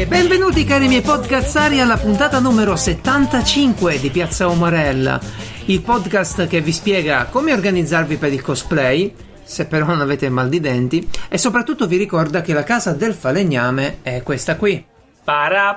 E benvenuti cari miei podcazzari alla puntata numero 75 di Piazza Umarella, il podcast che vi spiega come organizzarvi per il cosplay, se però non avete mal di denti, e soprattutto vi ricorda che la casa del falegname è questa qui. Para.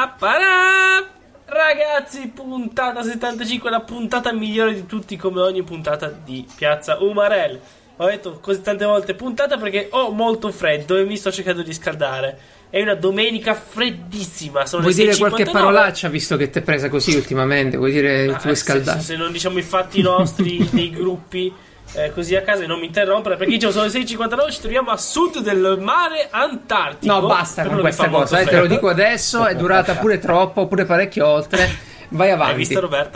Ragazzi, puntata 75, la puntata migliore di tutti, come ogni puntata di Piazza Umarell. Ho detto così tante volte puntata perché ho molto freddo e mi sto cercando di scaldare. È una domenica freddissima. Sono Vuoi le 6:59. dire qualche parolaccia visto che ti è presa così ultimamente? Vuoi dire ti vuoi scaldare? Se non diciamo i fatti nostri dei gruppi così a casa e non mi interrompere, perché sono le 6:59, ci troviamo a sud del mare Antartico. No, basta con questa cosa, te lo dico adesso, è durata pure troppo, pure parecchio oltre. Vai avanti. Hai visto, Roberta?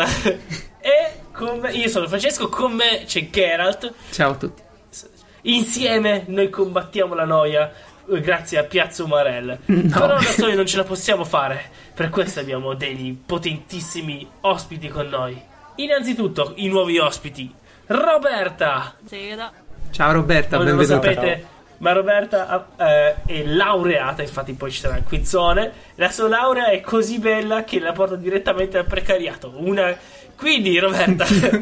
E io sono Francesco, con me c'è Geralt. Ciao a tutti. Insieme noi combattiamo la noia grazie a Piazza Umarell. No. Però da soli non ce la possiamo fare. Per questo abbiamo dei potentissimi ospiti con noi. Innanzitutto i nuovi ospiti. Roberta. Ciao Roberta, voi benvenuta. Non lo sapete, ma Roberta è laureata, infatti poi ci sarà il quizzone. La sua laurea è così bella che la porta direttamente al precariato. Quindi Roberta,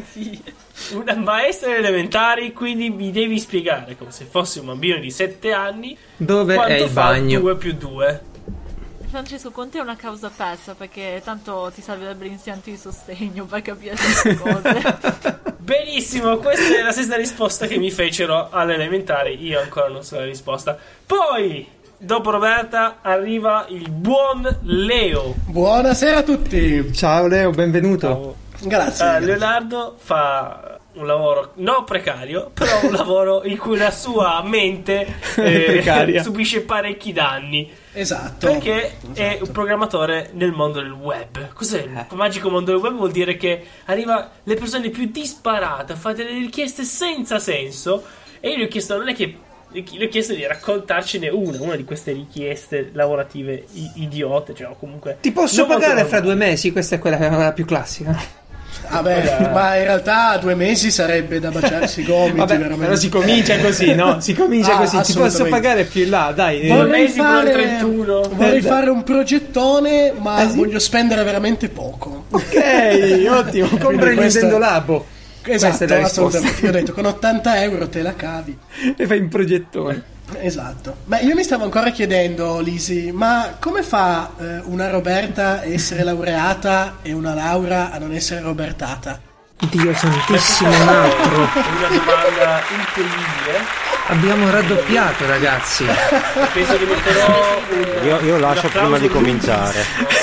una maestra delle elementari, quindi mi devi spiegare, come se fossi un bambino di 7 anni, dove quanto è il fa bagno? 2 più 2. Francesco, con te è una causa persa, perché tanto ti servirebbe l'insegnante di sostegno per capire queste cose. Benissimo, questa è la stessa risposta che mi fecero alle elementari. Io ancora non so la risposta. Poi, dopo Roberta, arriva il buon Leo. Buonasera a tutti. Ciao Leo, benvenuto. Ciao. Grazie. Leonardo fa un lavoro non precario, però un lavoro in cui la sua mente subisce parecchi danni. Esatto. Perché è un programmatore nel mondo del web. Cos'è il magico mondo del web? Vuol dire che arriva le persone più disparate a fare delle richieste senza senso. E io gli ho chiesto, gli ho chiesto di raccontarcene una di queste richieste lavorative idiote, cioè comunque. Ti posso pagare fra 2 mesi? Questa è quella più classica. Vabbè, ma in realtà 2 mesi sarebbe da baciarsi i gomiti. Vabbè, veramente. però si comincia così, no? Si comincia così. Ti posso pagare più in là, dai. Vorrei Vorrei fare un progettone, ma voglio spendere veramente poco. Ok, ottimo. Compra il Nintendo Labo. Esatto, assolutamente. Io ho detto, con 80 euro te la cavi e fai un progettone. Esatto. Beh, io mi stavo ancora chiedendo, Lisi, ma come fa una Roberta a essere laureata e una Laura a non essere robertata? Dio santissimo, un altro. Una domanda incredibile. Abbiamo raddoppiato, ragazzi. Penso che metterò io lascio prima di cominciare.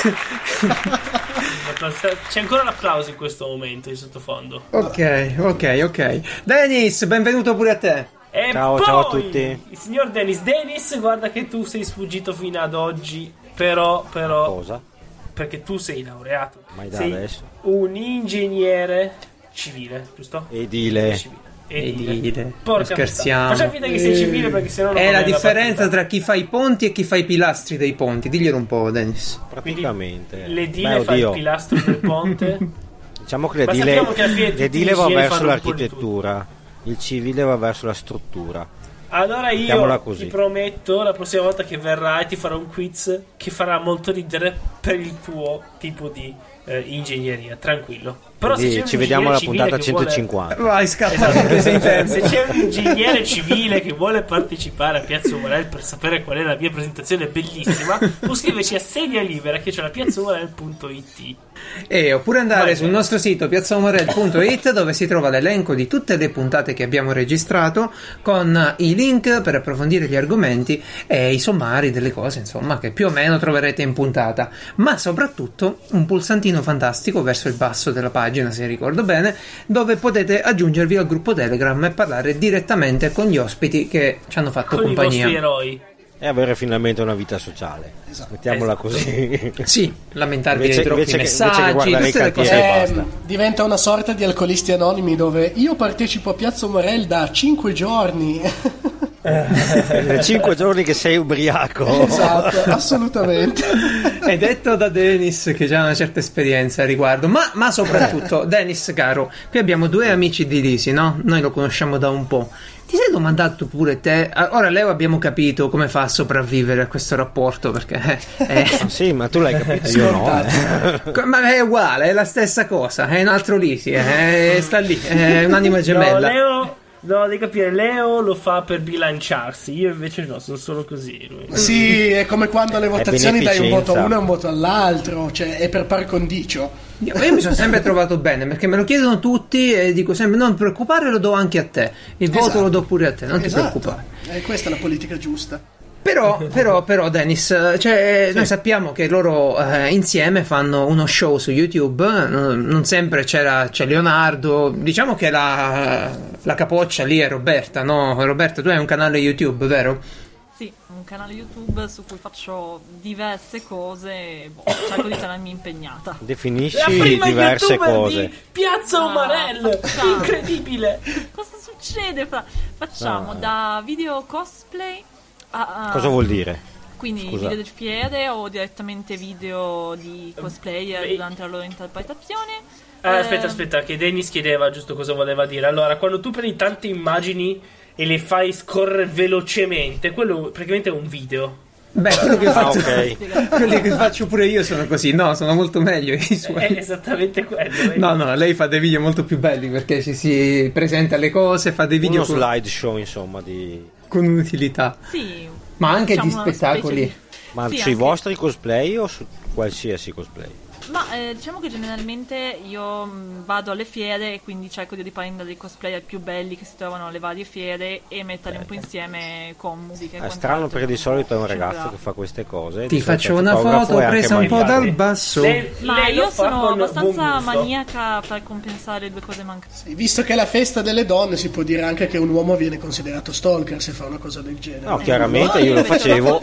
C'è ancora l'applauso in questo momento in sottofondo. Ok. Dennis, benvenuto pure a te. E ciao a tutti. Il signor Dennis, guarda che tu sei sfuggito fino ad oggi. Però cosa? Perché tu sei laureato. Ma da sei adesso un ingegnere civile, giusto? Edile. Porca scherziamo. Facciamo finta che sei civile, perché sennò non è la la differenza tra chi fa i ponti e chi fa i pilastri dei ponti. Diglielo un po', Dennis. Praticamente. L'edile fa il pilastro del ponte. Diciamo che l'edile va verso l'architettura, il civile va verso la struttura. Allora io ti prometto la prossima volta che verrai ti farò un quiz che farà molto ridere per il tuo tipo di ingegneria, tranquillo. Però se ci vediamo alla puntata 150. Vai, scappa, se c'è un ingegnere civile che vuole partecipare a Piazza Umarell per sapere qual è la mia presentazione bellissima, può scriverci a sedia libera che c'è la piazzaumarell.it. Oppure andare sul nostro sito piazzaumarell.it, dove si trova l'elenco di tutte le puntate che abbiamo registrato, con i link per approfondire gli argomenti e i sommari delle cose, insomma, che più o meno troverete in puntata, ma soprattutto un pulsantino fantastico verso il basso della pagina, se ricordo bene, dove potete aggiungervi al gruppo Telegram e parlare direttamente con gli ospiti che ci hanno fatto compagnia. Con i vostri eroi. E avere finalmente una vita sociale. Mettiamola così. Sì, lamentarvi dei troppi messaggi, tutte le cose. Diventa una sorta di alcolisti anonimi dove io partecipo a Piazza Umarell da 5 giorni. Nei 5 giorni che sei ubriaco. Esatto, assolutamente. È detto da Dennis che ha una certa esperienza a riguardo, ma soprattutto Dennis caro, qui abbiamo 2 amici di Lisi, no? Noi lo conosciamo da un po'. Ti sei domandato pure te? Ora Leo abbiamo capito come fa a sopravvivere a questo rapporto, perché sì, ma tu l'hai capito, io no. Ma è uguale, è la stessa cosa, è un altro Lisi, sta lì, è un'anima gemella. No, devi capire, Leo lo fa per bilanciarsi, io invece no, sono solo così. Sì, è come quando alle votazioni dai un voto a uno e un voto all'altro, cioè è per par condicio. Io mi sono sempre trovato bene, perché me lo chiedono tutti e dico sempre non preoccupare, lo do anche a te, il voto lo do pure a te, non ti preoccupare. Questa è la politica giusta. Però Dennis, cioè, noi sappiamo che loro insieme fanno uno show su YouTube, non sempre c'è Leonardo, diciamo che la capoccia lì è Roberta, no? Roberta, tu hai un canale YouTube, vero? Sì, un canale YouTube su cui faccio diverse cose, cerco di tenermi impegnata. Definisci la prima diverse cose. Di Piazza Umarell, incredibile. Cosa succede? Facciamo da video cosplay. Cosa vuol dire? Quindi video del fiere o direttamente video di cosplayer durante la loro interpretazione. Aspetta, che Dennis chiedeva giusto cosa voleva dire. Allora, quando tu prendi tante immagini e le fai scorrere velocemente, quello praticamente è un video. Beh, quelli che faccio pure io sono così, no, sono molto meglio i suoi. È esattamente quello. No, lei fa dei video molto più belli perché ci si presenta le cose, fa dei video uno slideshow, insomma, con un'utilità. Sì, ma anche di spettacoli. Ma sì, sui anche vostri cosplay o su qualsiasi cosplay? Ma diciamo che generalmente io vado alle fiere e quindi cerco di riprendere dei cosplayer più belli che si trovano alle varie fiere e metterli un po' in con musica. È strano perché di solito è un ragazzo che fa queste cose. Ti faccio una foto presa un po' dal basso. Ma io sono abbastanza maniaca per compensare le 2 cose mancanti. Sì, visto che è la festa delle donne, si può dire anche che un uomo viene considerato stalker se fa una cosa del genere. No, chiaramente io lo facevo.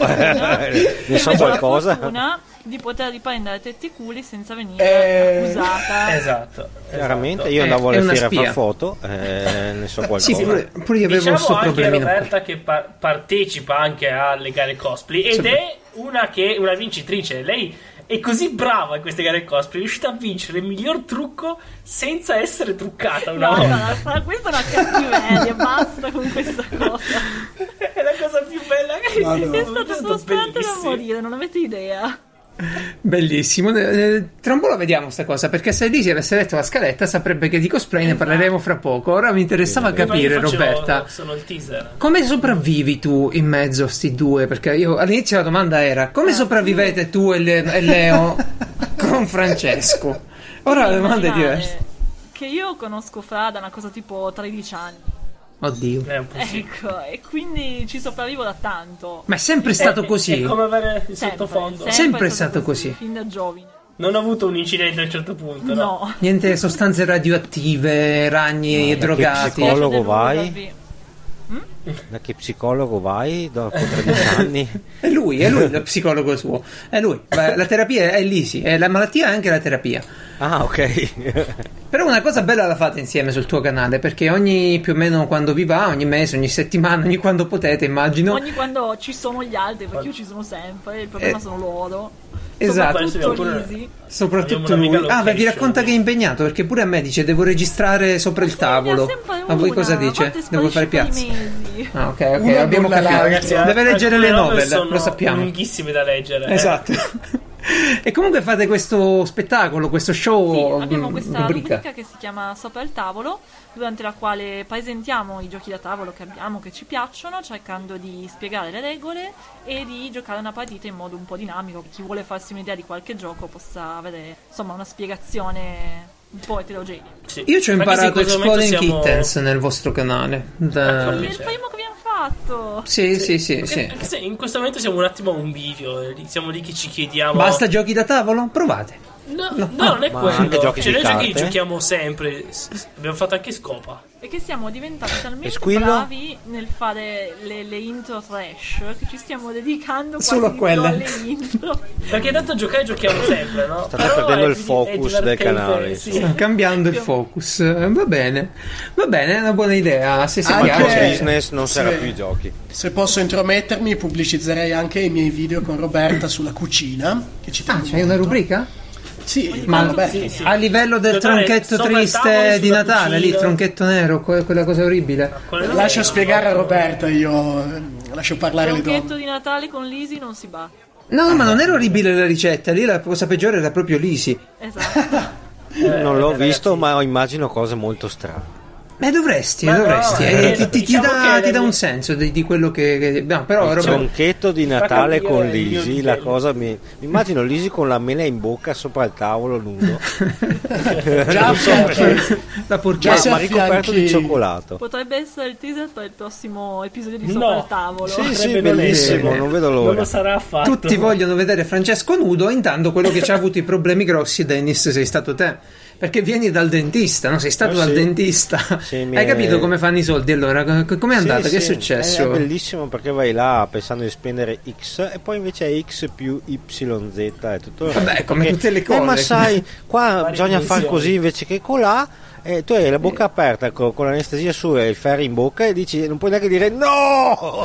Ne so qualcosa. Di poter riprendere tetti e culi senza venire accusata. Esatto. Chiaramente io andavo alle fiere a fare foto, ne so qualcosa. Sì, pure io avevo diciamo questo problemino. Roberta che partecipa anche alle gare cosplay ed è una vincitrice. Lei è così brava in queste gare cosplay, è riuscita a vincere il miglior trucco senza essere truccata una volta. No, questa è una cattiveria, basta con questa cosa. È la cosa più bella che è stato frustrante da morire, non avete idea. Bellissimo, tra un po' lo vediamo sta cosa, perché se Lisi avesse letto la scaletta saprebbe che di cosplay ne parleremo fra poco. Ora mi interessava capire, Roberta, sono il teaser. Come sopravvivi tu in mezzo a sti due? Perché io all'inizio la domanda era come sopravvivete tu e Leo con Francesco. Ora la domanda è diversa. Che io conosco Fra da una cosa tipo 13 anni. Oddio. Ecco, e quindi ci sopravvivo da tanto. Ma è sempre stato così? È come avere il sottofondo. Sempre stato così. Fin da giovane. Non ho avuto un incidente a un certo punto, no? Niente sostanze radioattive, ragni drogati. Che psicologo vai? Da che psicologo vai dopo 13 anni? È lui lo psicologo suo. È lui. La terapia è Lisi, la malattia è anche la terapia. Ah, ok. Però una cosa bella la fate insieme sul tuo canale, perché ogni più o meno quando vi va, ogni mese, ogni settimana, ogni quando potete, immagino. Ogni quando ci sono gli altri, perché io ci sono sempre, il problema sono loro. Esatto, soprattutto lui. Vi racconta che è impegnato, perché pure a me dice devo registrare sopra il tavolo. A voi cosa dice? Devo fare piazza. Ah, ok, abbiamo capito. Ragazzi, deve leggere le novel, lo sappiamo. Sono lunghissime da leggere. Esatto. E comunque fate questo spettacolo, questo show. Sì, abbiamo questa rubrica che si chiama Sopra il tavolo, durante la quale presentiamo i giochi da tavolo che abbiamo, che ci piacciono, cercando di spiegare le regole e di giocare una partita in modo un po' dinamico, che chi vuole farsi un'idea di qualche gioco possa avere insomma una spiegazione un po' eterogenea. Sì. Io ci ho imparato Exploding Kittens nel vostro canale. È il primo che abbiamo fatto. Sì. In questo momento siamo un attimo a un bivio, siamo lì che ci chiediamo. Basta giochi da tavolo? Provate. No, non è quello. Anche giochi cioè, di noi giochi carte? giochiamo sempre. Abbiamo fatto anche Scopa. E che siamo diventati talmente Squillo? bravi nel fare le intro trash che ci stiamo dedicando Solo quasi a quelle. alle intro. Perché tanto giocare giochiamo sempre, no? State Però perdendo è il focus del canale. sì. Cambiando il focus. Va bene, è una buona idea. Se si Anche- Il piace. business non Sì. sarà più i giochi. Se posso intromettermi, pubblicizzerei anche i miei video con Roberta sulla cucina. Che ci tengo C'hai una molto. rubrica? Sì, Ma vabbè. sì. a livello del Giocare tronchetto sopra il tavolo, triste di sulla Natale, lì, cucina. tronchetto nero, quella cosa orribile. Lascio spiegare a Roberta, io lascio parlare le Tronchetto donne. di Natale con Lisi non si batte. No, ma non era orribile la ricetta, lì la cosa peggiore era proprio Lisi. Esatto. Non l'ho ragazzi. visto, ma immagino cose molto strane. Dovresti, Ma no, ti diciamo che dà un senso di quello che no, però Il Roberto, tronchetto di fa Natale capire con il mio Lisi, livello. la cosa mi immagino Lisi con la mela in bocca sopra il tavolo nudo, Già affianchi- la Già porchetta. se ma ricoperto di affianchi- cioccolato. Potrebbe essere il teaser per il prossimo episodio di No. Sopra il Tavolo. Sì, sì, Potrebbe non bellissimo, essere. non vedo Non l'ora. lo sarà affatto. Tutti vogliono vedere Francesco nudo, intanto quello che ci ha avuto i problemi grossi, Dennis, sei stato te. Perché vieni dal dentista, no? Sei stato Sì. dal dentista. Sì, mi Hai è- capito come fanno i soldi allora? Com'è andata? Sì, Che è sì, successo? È bellissimo perché vai là pensando di spendere X e poi invece è X più YZ e tutto. Vabbè, come tutte le cose. Ma sai, qua bisogna fare dimensioni. così invece che colà. E tu hai la bocca aperta con l'anestesia su e il ferro in bocca e dici non puoi neanche dire no.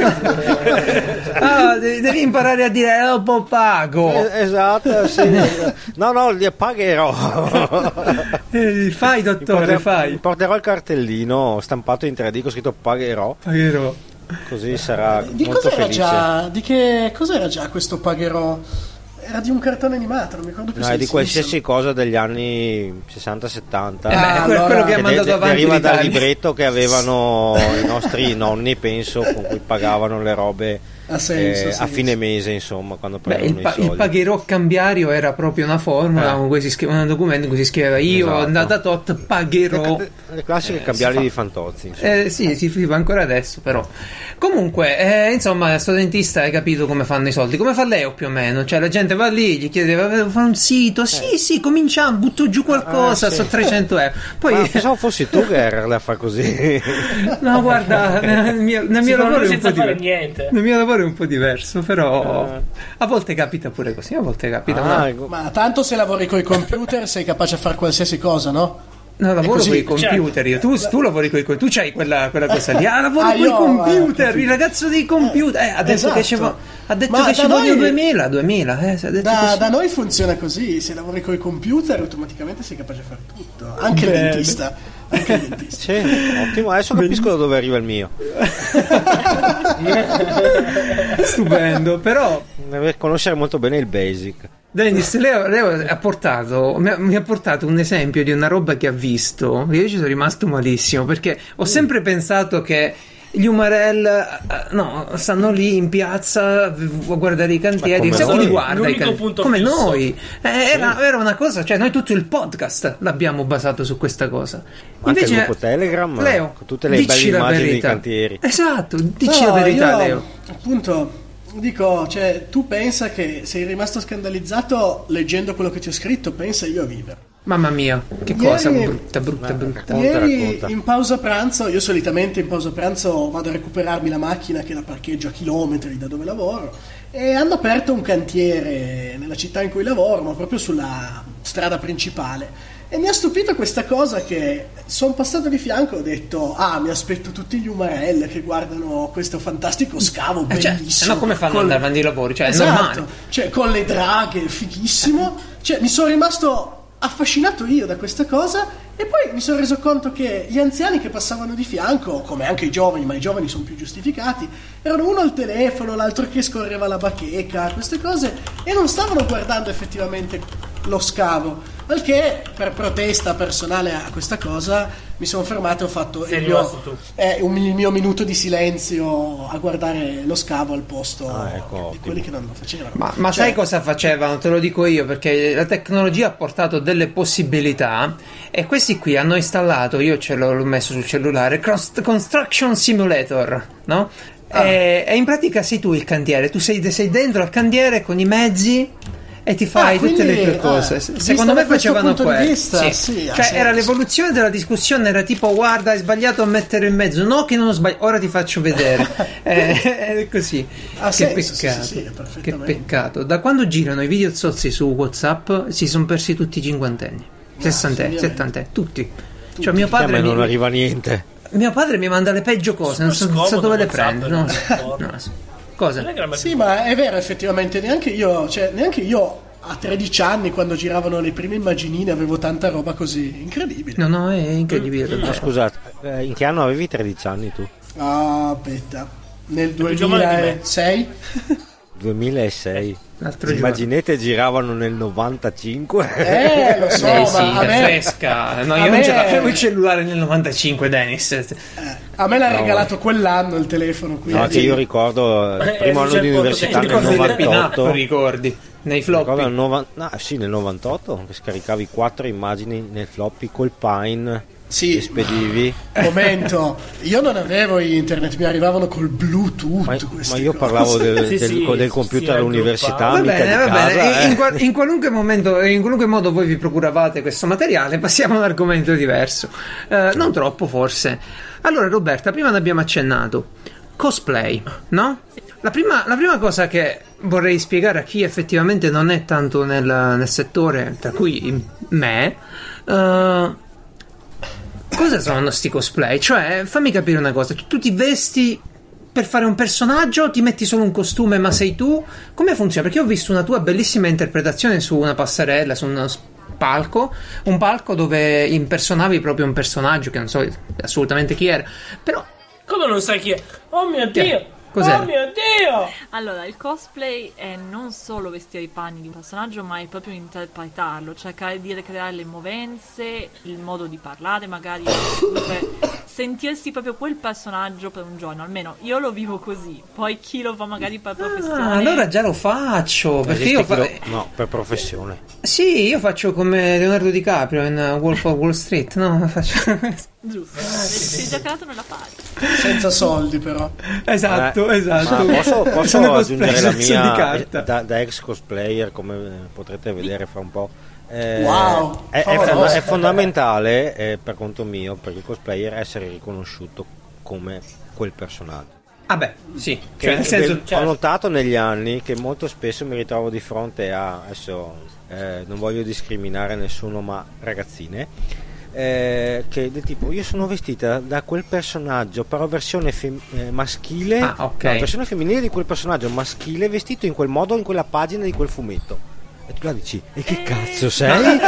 Ah, devi imparare a dire dopo pago. Esatto, sì. No, li pagherò. Fai dottore, fai. Porterò il cartellino stampato in 3D con scritto pagherò, Pagherò. così sarà Di molto cos'era felice. già? Di che cos'era già questo pagherò? Era di un cartone animato, non mi ricordo più No, se è di i qualsiasi Simpson. cosa degli anni 60-70. Ah, quello allora- che ha Che mandato avanti deriva dal l'Italia. libretto che avevano i nostri nonni, penso, con cui pagavano le robe Ha senso, a senso. fine mese, insomma, quando Beh, prendevano i il soldi. pagherò cambiario era proprio una formula, con cui si scriveva un documento in cui si scriveva io Esatto. andata tot pagherò. Le classiche cambiali di Fantozzi, insomma. Sì, si fa ancora adesso, però. Comunque, insomma, sto dentista hai capito come fanno i soldi, come fa Leo più o meno. Cioè, la gente va lì, gli chiede, devo fare un sito. Sì, cominciamo, butto giù qualcosa, sì. so 300 euro. Ma Poi, pensavo fossi tu che eri a fare così. no, guarda, nel mio lavoro è un senza po' fare diverso. niente. Nel mio lavoro è un po' diverso, però a volte capita pure così, a volte capita. ma ecco. Ma tanto se lavori coi computer sei capace a fare qualsiasi cosa, no? no, lavoro così, con i computer. Io. Tu lavori con i computer, tu c'hai quella cosa lì. Ah, lavoro Ah, con i io, computer, capito. il ragazzo dei computer. Ha detto Esatto. che ha detto Ma che da ci vogliono noi- 2000. Si è detto così. Da noi funziona così, se lavori coi computer automaticamente sei capace a fare tutto, anche il Bene. dentista. Anche il dentista. Sì, ottimo, adesso capisco da dove arriva il mio. Stupendo, però Deve conoscere molto bene il basic. Dennis, Leo mi ha portato un esempio di una roba che ha visto. Io ci sono rimasto malissimo perché ho sempre pensato che gli Umarell stanno lì in piazza a guardare i cantieri. Ma come Sai chi li noi? guarda i L'unico cantieri? punto Come fisso. noi. Era una cosa, cioè noi tutto il podcast l'abbiamo basato su questa cosa. Anche il gruppo Telegram, Leo, con tutte le dici belle la immagini dei verità. cantieri. Esatto, dici No, la verità, io, Leo. appunto, dico, cioè, tu pensa che sei rimasto scandalizzato leggendo quello che ti ho scritto, pensa io a vivere. Mamma mia, che Ieri- cosa brutta. Racconta. Ieri in pausa pranzo, io solitamente in pausa pranzo vado a recuperarmi la macchina che la parcheggio a chilometri da dove lavoro e hanno aperto un cantiere nella città in cui lavoro, ma proprio sulla strada principale. E mi ha stupito questa cosa che sono passato di fianco e ho detto mi aspetto tutti gli Umarell che guardano questo fantastico scavo Cioè, bellissimo. no, come fanno ad andare avanti i lavori? Cioè, è Esatto, normale. cioè con le draghe, fighissimo. Cioè, mi sono rimasto affascinato io da questa cosa e poi mi sono reso conto che gli anziani che passavano di fianco, come anche i giovani, ma i giovani sono più giustificati, erano uno al telefono, l'altro che scorreva la bacheca, queste cose, e non stavano guardando effettivamente lo scavo. Al che, per protesta personale a questa cosa, mi sono fermato e ho fatto Sei il rimasto tu. il mio minuto di silenzio a guardare lo scavo al posto ecco, di ottimo. quelli che non lo facevano. Ma Cioè, sai cosa facevano? Te lo dico io, perché la tecnologia ha portato delle possibilità e questi qui hanno installato, io ce l'ho messo sul cellulare, Construction Simulator, no? E in pratica sei tu il cantiere, tu sei dentro al cantiere con i mezzi e ti fai tutte le tue cose. Secondo me facevano questo. Cioè era l'evoluzione della discussione, era tipo guarda hai sbagliato a mettere in mezzo, no che non ho sbagliato, ora ti faccio vedere. È così. Che peccato. Che peccato. Da quando girano i video zozzi su WhatsApp si sono persi tutti i cinquantenni, sessantenni, settantenni, tutti. Cioè mio padre non arriva niente. Mio padre mi manda le peggio cose, non so dove le prende. No. Cosa? Sì, ma è vero, effettivamente. Neanche io a 13 anni, quando giravano le prime immaginine, avevo tanta roba così. Incredibile. No, è incredibile. Ma scusate, in che anno avevi 13 anni tu? Aspetta, nel 2006? 2006. Immaginate giravano nel 95. Lo so, ma a me fresca. No, io non ce l'avevo il cellulare nel 95, Dennis. A me l'ha regalato quell'anno il telefono, quindi. No, che io ricordo il primo anno di università nel 98. Ricordi? Nei floppy? Nel 98 che scaricavi 4 immagini nel floppy col Pine. Sì, spedivi. Momento, io non avevo internet, mi arrivavano col Bluetooth. Ma io parlavo del computer all'università. Va bene. In qualunque momento, in qualunque modo voi vi procuravate questo materiale, passiamo a un argomento diverso. Non troppo, forse. Allora, Roberta, prima ne abbiamo accennato. Cosplay, no? La prima cosa che vorrei spiegare a chi effettivamente non è tanto nel settore, tra cui me. Cosa sono sti cosplay? Cioè, fammi capire una cosa, tu ti vesti per fare un personaggio, ti metti solo un costume ma sei tu? Come funziona? Perché ho visto una tua bellissima interpretazione su una passerella, su un palco dove impersonavi proprio un personaggio che non so assolutamente chi era, però... Come non sai chi è? Oh mio Dio! Cos'era? Oh mio Dio! Allora, il cosplay è non solo vestire i panni di un personaggio, ma è proprio interpretarlo, cercare di ricreare le movenze, il modo di parlare, magari sentirsi proprio quel personaggio per un giorno. Almeno io lo vivo così. Poi chi lo fa magari per professione. Allora già lo faccio. Perché no, per professione. Sì, io faccio come Leonardo DiCaprio in Wolf of Wall Street, no? Giusto, sei già calato nella parte. Senza soldi però. Esatto. Posso aggiungere la mia da ex cosplayer, come potrete vedere fra un po'. Wow, è fondamentale per conto mio, per il cosplayer, essere riconosciuto come quel personaggio. Sì, cioè, nel senso, ho notato negli anni che molto spesso mi ritrovo di fronte a, adesso non voglio discriminare nessuno, ma ragazzine che del tipo io sono vestita da quel personaggio però versione maschile, versione femminile di quel personaggio maschile vestito in quel modo in quella pagina di quel fumetto, e tu la dici e che cazzo sei?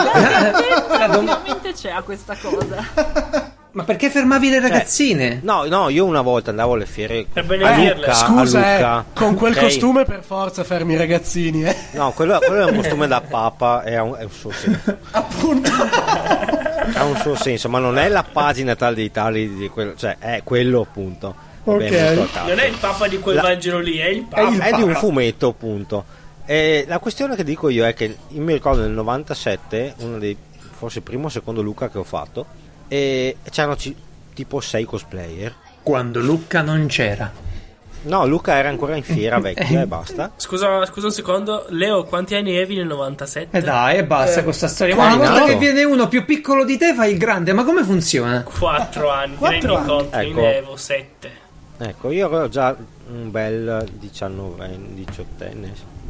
Effettivamente c'è questa cosa. Ma perché fermavi le ragazzine? No, io una volta andavo alle fiere per benedirle. Scusa, con quel costume per forza fermi i ragazzini, No, quello è un costume da papa, è un suo senso. Appunto. Ha un suo senso, ma non è la pagina tal dei tali di quello, cioè è quello appunto. Ok. Non è il papa di quel Vangelo lì, è il papa. È di un fumetto appunto. E la questione che dico io è che io mi ricordo nel 97, uno dei forse primo o secondo Luca che ho fatto, e c'erano tipo 6 cosplayer. Quando Luca non c'era. No, Luca era ancora in fiera vecchia e basta. Scusa un secondo, Leo, quanti anni avevi nel 97? Dai, e basta con questa storia. Ma una volta che viene uno più piccolo di te fai il grande, ma come funziona? 4 anni, ti rendi conto? Io ne avevo 7. Ecco, io avevo già un bel 18enne.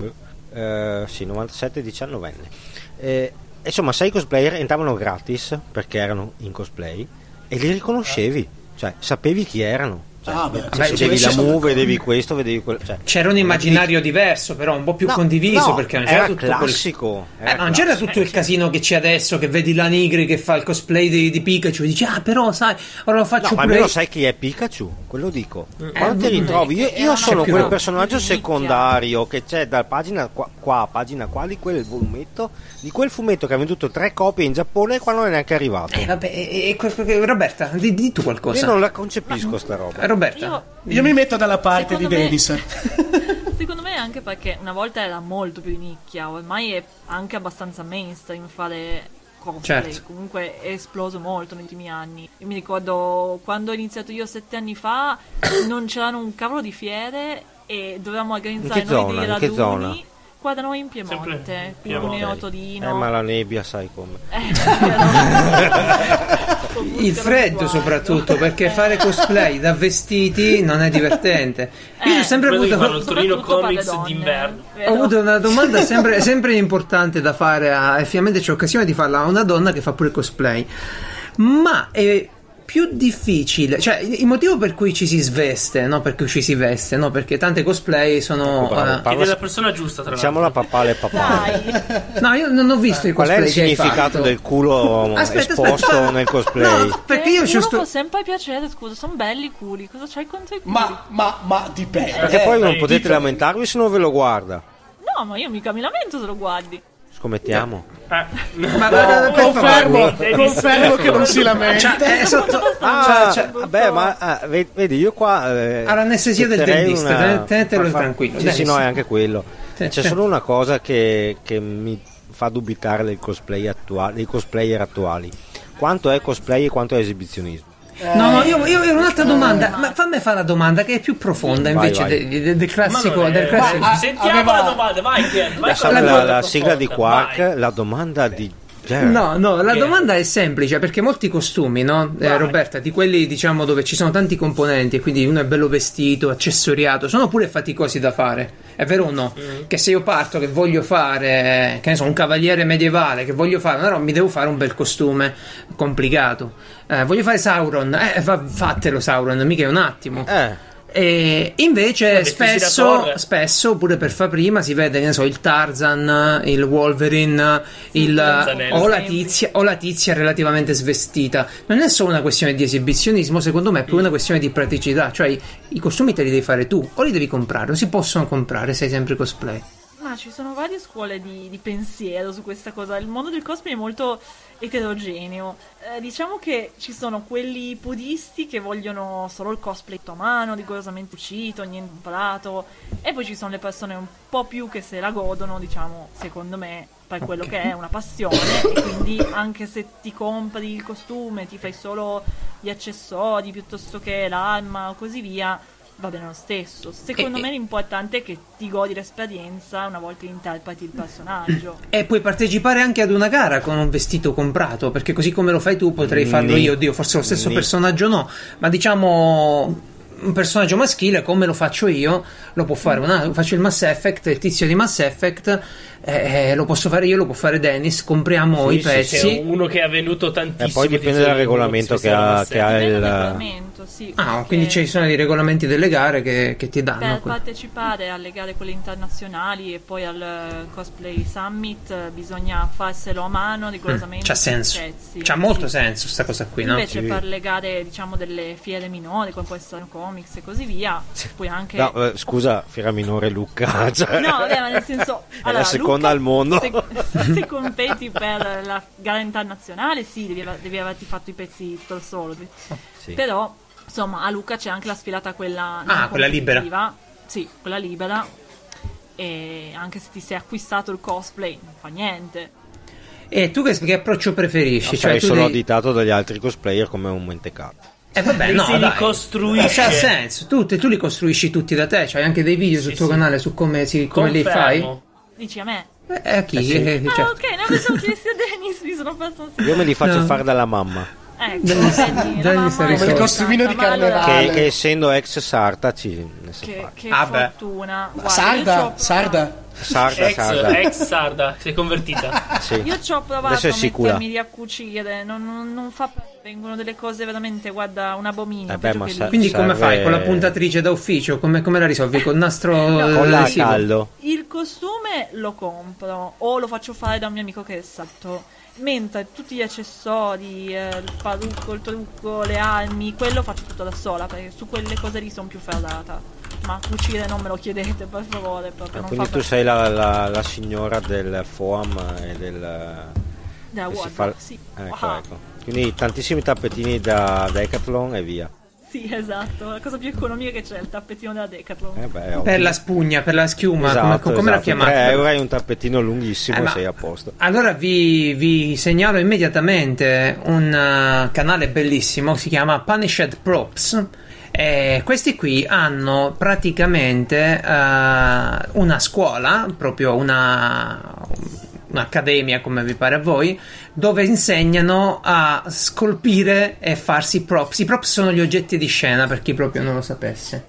Sì, 97, 19enne. Insomma, 6 cosplayer entravano gratis perché erano in cosplay e li riconoscevi, cioè sapevi chi erano. Vedevi la move, vedevi questo, vedevi quello. Cioè, c'era un immaginario diverso, però un po' più condiviso, perché non c'era era tutto classico. Non c'era tutto il casino che c'è adesso, che vedi la Nigri che fa il cosplay di Pikachu e dici però sai, ora lo faccio ma almeno sai chi è Pikachu, quello dico. Quando ti ritrovi, io sono quel personaggio secondario che c'è da pagina qua a pagina qua di quel volumetto, di quel fumetto che ha venduto 3 copie in Giappone e qua non è neanche arrivato. Roberta, di tu qualcosa. Io non la concepisco sta roba. Roberta, io mi metto dalla parte di Dennis. Secondo me anche perché una volta era molto più di nicchia, ormai è anche abbastanza mainstream fare cosplay. Certo. Comunque è esploso molto negli ultimi anni. Io mi ricordo quando ho iniziato io 7 anni fa non c'erano un cavolo di fiere e dovevamo organizzare noi dei raduni. qua da noi in Piemonte, Sempre Cuneo, Ok. Torino. Ma la nebbia sai come. Il freddo soprattutto, perché fare cosplay da vestiti non è divertente. Io ho sempre Quello che fanno avuto il Torino soprattutto per le Comics donne, d'inverno. vero? Ho avuto una domanda sempre importante da fare e finalmente c'è occasione di farla a una donna che fa pure cosplay. Ma è più difficile, cioè il motivo per cui ci si sveste, no perché ci si veste, no perché tante cosplay sono Bravo, Ed è la persona giusta, tra Diciamo la l'altro. papale papale. Dai, no, io non ho visto i Qual cosplay è il che hai significato fatto. del culo Aspetta, esposto aspetta. nel cosplay? No, perché io ci uno sto può sempre piacere, scusa, sono belli i culi, cosa c'hai contro i culi? Ma dipende. Perché poi non dai, potete dico- lamentarvi se non ve lo guarda. No, ma io mica mi lamento se lo guardi. Scommettiamo. ma Confermo che non si lamenta. Cioè, è sotto Vabbè, ma vedi, io qua. Ha l'anestesia del metterei dentista, tenetelo tranquillo. Sì, sì, no, è anche quello. Sì, C'è sì. solo una cosa che mi fa dubitare del cosplay attuale, dei cosplayer attuali. Quanto è cosplay e quanto è esibizionismo? No, io ho un'altra domanda, ma fammi fare la domanda che è più profonda Vai, invece vai. del classico. Ma non è- Del classico. Sentiamo aveva- la domanda, vai Pier, vai La, con la sigla di profonda, Quark, vai. la domanda di Jared. No, la Che- domanda è semplice perché molti costumi, no? Roberta, di quelli diciamo dove ci sono tanti componenti e quindi uno è bello vestito, accessoriato, sono pure faticosi da fare. È vero o no? Che se io parto che voglio fare, che ne so, un cavaliere medievale, che voglio fare, no, mi devo fare un bel costume complicato. Voglio fare Sauron, fatelo Sauron, mica è un attimo. E invece Vestirsi da torre. spesso pure per fa prima si vede, che ne so, il Tarzan, il Wolverine, Tarzanello. o la tizia relativamente svestita. Non è solo una questione di esibizionismo, secondo me è più una questione di praticità, cioè i costumi te li devi fare tu o li devi comprare, non si possono comprare, sei sempre cosplay. Ma ci sono varie scuole di pensiero su questa cosa. Il mondo del cosplay è molto eterogeneo. Diciamo che ci sono quelli puristi che vogliono solo il cosplay a mano, rigorosamente uscito, niente comprato. E poi ci sono le persone un po' più che se la godono, diciamo, secondo me, per quello che è una passione. E quindi anche se ti compri il costume, ti fai solo gli accessori piuttosto che l'arma o così via, va bene lo stesso. Secondo me l'importante è che ti godi l'esperienza una volta che interpreti il personaggio. E puoi partecipare anche ad una gara con un vestito comprato, perché così come lo fai tu potrei farlo io. Oddio, forse lo stesso personaggio no, ma diciamo un personaggio maschile come lo faccio io lo può fare faccio il Mass Effect, il tizio di Mass Effect, lo posso fare io, lo può fare Dennis, compriamo i pezzi. C'è uno che ha venduto tantissimo. E poi dipende dal regolamento che ha Dipende il. dal regolamento, sì, Quindi perché ci sono i regolamenti delle gare che ti danno per partecipare alle gare quelle internazionali e poi al Cosplay Summit bisogna farselo a mano rigorosamente. c'ha senso, pezzi, c'ha molto sì. senso sta cosa qui, no? Invece per le gare diciamo delle fiere minori come può essere Comics e così via puoi anche No, scusa, Fiera Minore Lucca. Cioè, no, vabbè, ma nel senso è la seconda al mondo. Se competi per la gara internazionale sì, devi averti fatto i pezzi tutto solo. Sì. Però insomma a Lucca c'è anche la sfilata quella quella libera. competitiva. Sì, quella libera. E anche se ti sei acquistato il cosplay non fa niente. E tu che approccio preferisci? Sarei tu solo devi- additato dagli altri cosplayer come un mentecato. vabbè, Li no, si dai. ricostruisce. C'ha senso, tu li costruisci tutti da te, c'hai anche dei video sul tuo canale su come li fai. Confermo. Dici a me? A chi? Sì. Ah, Certo. ok, non mi sono chiesti a Dennis, mi sono perso un Io me li faccio No. fare dalla mamma, ecco, Dennis- vedi, la Dennis mamma è è come il costumino di ma allora- carnevale. che essendo ex sarta ne sa Che, fare. che Vabbè. fortuna. Guarda, io Sarda, c'ho Sarda. Sarda. Ex Sarda, si è convertita. Sì. Io ci ho provato Adesso è a sicura. mettermi a cucire, non fa, vengono delle cose veramente, guarda, un abominio. Beh, peggio ma che sa- lì. Quindi come serve- fai? Con la puntatrice da ufficio? Come la risolvi? Col nastro Con la adesivo? caldo. Il costume lo compro o lo faccio fare da un mio amico che è salto. Mentre tutti gli accessori, il parrucco, il trucco, le armi, quello faccio tutto da sola perché su quelle cose lì sono più ferrata. Ma cucire non me lo chiedete per favore, proprio non Quindi fa tu per- sei la signora del FOAM e della che si World, fa- sì. ecco, Ah, ecco. Quindi tantissimi tappetini da Decathlon e via. sì, esatto, la cosa più economica che c'è, il tappetino della Decathlon. Beh, Per la spugna, per la schiuma, esatto, come la esatto. chiamate? 3 euro hai un tappetino lunghissimo ma- e sei a posto. Allora vi segnalo immediatamente un canale bellissimo, si chiama Punished Props Questi qui hanno praticamente una scuola, proprio un'accademia, come vi pare a voi, dove insegnano a scolpire e farsi props. I props sono gli oggetti di scena, per chi proprio non lo sapesse.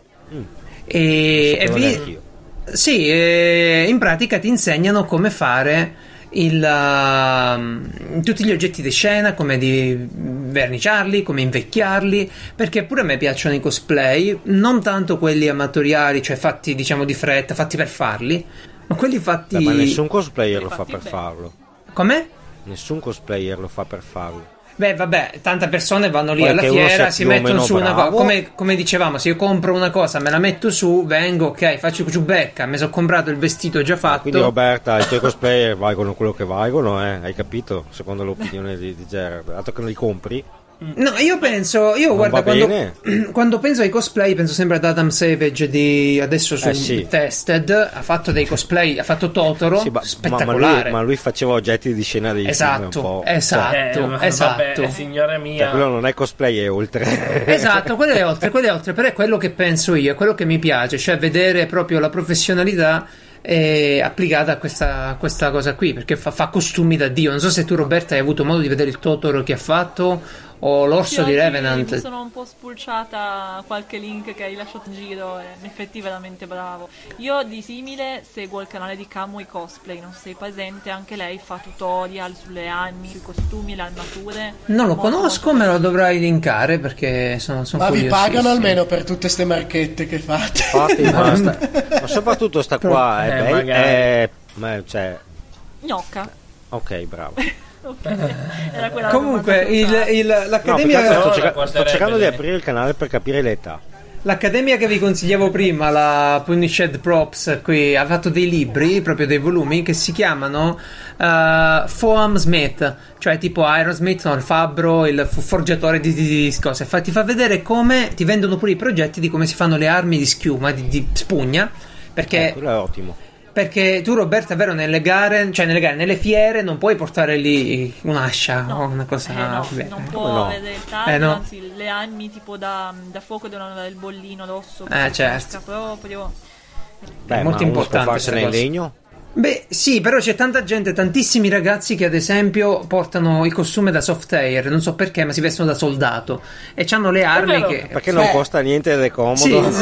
Sì, in pratica ti insegnano come fare tutti gli oggetti di scena, come di verniciarli, come invecchiarli, perché pure a me piacciono i cosplay, non tanto quelli amatoriali, cioè fatti diciamo di fretta, fatti per farli, ma quelli fatti... ma nessun cosplayer lo fa per farlo. Com'è? Nessun cosplayer lo fa per farlo. Beh, vabbè, tante persone vanno lì Poi alla che uno fiera, sia si più o mettono meno su una cosa. bravo. Come dicevamo, se io compro una cosa, me la metto su, vengo, ok, faccio ciubecca, mi sono comprato il vestito già fatto. Quindi Roberta, i tuoi cosplayer valgono quello che valgono, hai capito? Secondo l'opinione di Gerard. Dato che non li compri, No, io guarda, quando penso ai cosplay penso sempre ad Adam Savage di adesso su sì. Tested, ha fatto dei cosplay, ha fatto Totoro, sì, spettacolare. ma lui faceva oggetti di scena dei film un po'. Esatto. Vabbè, signora mia. Cioè, quello non è cosplay, è oltre. Esatto, quello è oltre, però è quello che penso io, è quello che mi piace, cioè vedere proprio la professionalità applicata a questa cosa qui, perché fa costumi da Dio. Non so se tu, Roberta, hai avuto modo di vedere il Totoro che ha fatto o l'orso di Revenant. Mi sono un po' spulciata qualche link che hai lasciato in giro, in effetti veramente bravo. Io di simile seguo il canale di Kamui Cosplay, non sei presente, anche lei fa tutorial sulle armi, sui costumi, le armature. Non lo conosco, me lo dovrai linkare perché sono ma vi pagano almeno per tutte ste marchette che fate? Infatti, ma soprattutto sta qua cioè... Gnocca. Ok, bravo. Era quella comunque l'accademia, no, sto cercando di aprire il canale per capire l'età. L'accademia che vi consigliavo prima, la Punished Props, qui ha fatto dei libri, proprio dei volumi che si chiamano Foam Smith, cioè tipo Aerosmith, no, il fabbro, il forgiatore di cose. Ti fa vedere come ti vendono pure i progetti di come si fanno le armi di schiuma, di spugna, perché quello è ottimo. Perché tu, Roberta, è vero, nelle gare, nelle fiere non puoi portare lì un'ascia o una cosa. Non può vedere il taglio, no. Anzi, le armi tipo da fuoco devono avere il bollino addosso. Certo. Proprio. È molto importante. Può farsene in legno? Beh, sì, però c'è tanta gente, tantissimi ragazzi che ad esempio portano il costume da soft air, non so perché, ma si vestono da soldato e hanno le armi che... Perché non costa niente ed è comodo. Sì.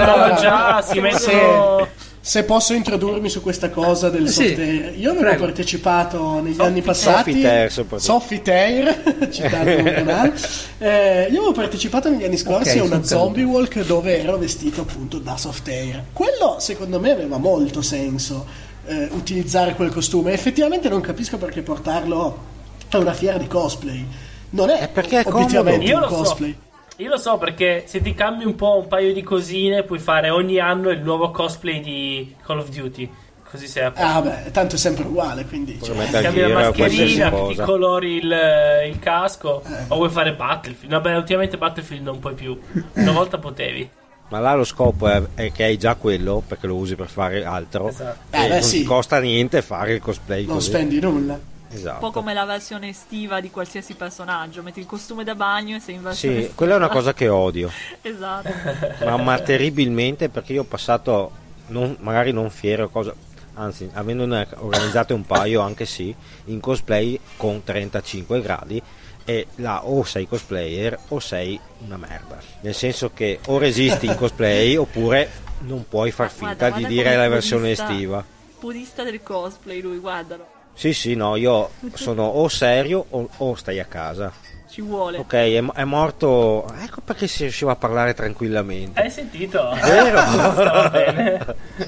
Già si mettono... Se posso introdurmi su questa cosa del soft air, io avevo partecipato negli anni passati. Soft Air, citato il canale. Io avevo partecipato negli anni scorsi a una zombie walk dove ero vestito appunto da soft air. Quello secondo me aveva molto senso, utilizzare quel costume. Effettivamente non capisco perché portarlo a una fiera di cosplay. Non è perché è obiettivamente un cosplay. Io lo so perché se ti cambi un po' un paio di cosine puoi fare ogni anno il nuovo cosplay di Call of Duty. Così sei a posto. Beh, tanto è sempre uguale, quindi cambi la mascherina, ti colori il casco o vuoi fare Battlefield. Vabbè, ultimamente Battlefield non puoi più. Una volta potevi. Ma là lo scopo è che hai già quello perché lo usi per fare altro. Esatto. Non ti costa niente fare il cosplay non così. spendi nulla. Esatto. Un po' come la versione estiva di qualsiasi personaggio, metti il costume da bagno e sei in versione estiva. Quella è una cosa che odio. Esatto. ma terribilmente, perché io ho passato magari non fiere o cosa, anzi avendone organizzate un paio anche in cosplay con 35 gradi, e là o sei cosplayer o sei una merda, nel senso che o resisti in cosplay oppure non puoi far finta di dire la versione estiva. Purista del cosplay lui, guardalo. Sì, no, io sono o serio o stai a casa. Ci vuole. Ok, è morto. Ecco perché si riusciva a parlare tranquillamente. Hai sentito? Vero? Stava bene.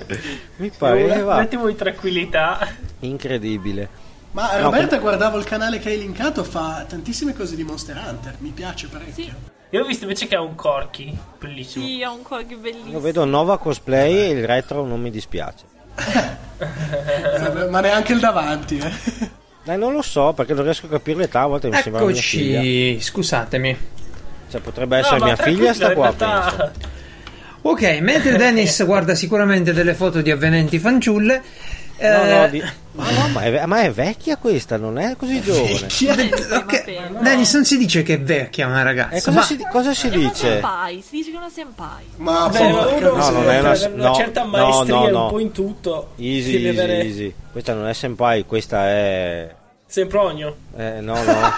Mi pareva un attimo di tranquillità. incredibile. Ma Roberta, guardavo il canale che hai linkato, fa tantissime cose di Monster Hunter. Mi piace parecchio. Sì. Io ho visto invece che ha un corky bellissimo. Sì, ha un corky bellissimo. Io vedo Nova Cosplay e il retro non mi dispiace. Ma neanche il davanti, non lo so perché non riesco a capire l'età, a volte mi sembra mia figlia. Scusatemi. Cioè potrebbe essere mia figlia, sta qua, penso. Ok, mentre Dennis guarda sicuramente delle foto di avvenenti fanciulle, Ma è vecchia questa, non è così giovane. Dennis, non si dice che è vecchia una ragazza. Cosa si È una dice? senpai, si dice che è una senpai. Ma non è una certa maestria un po' in tutto. Easy. Questa non è senpai, questa è Sempronio. no.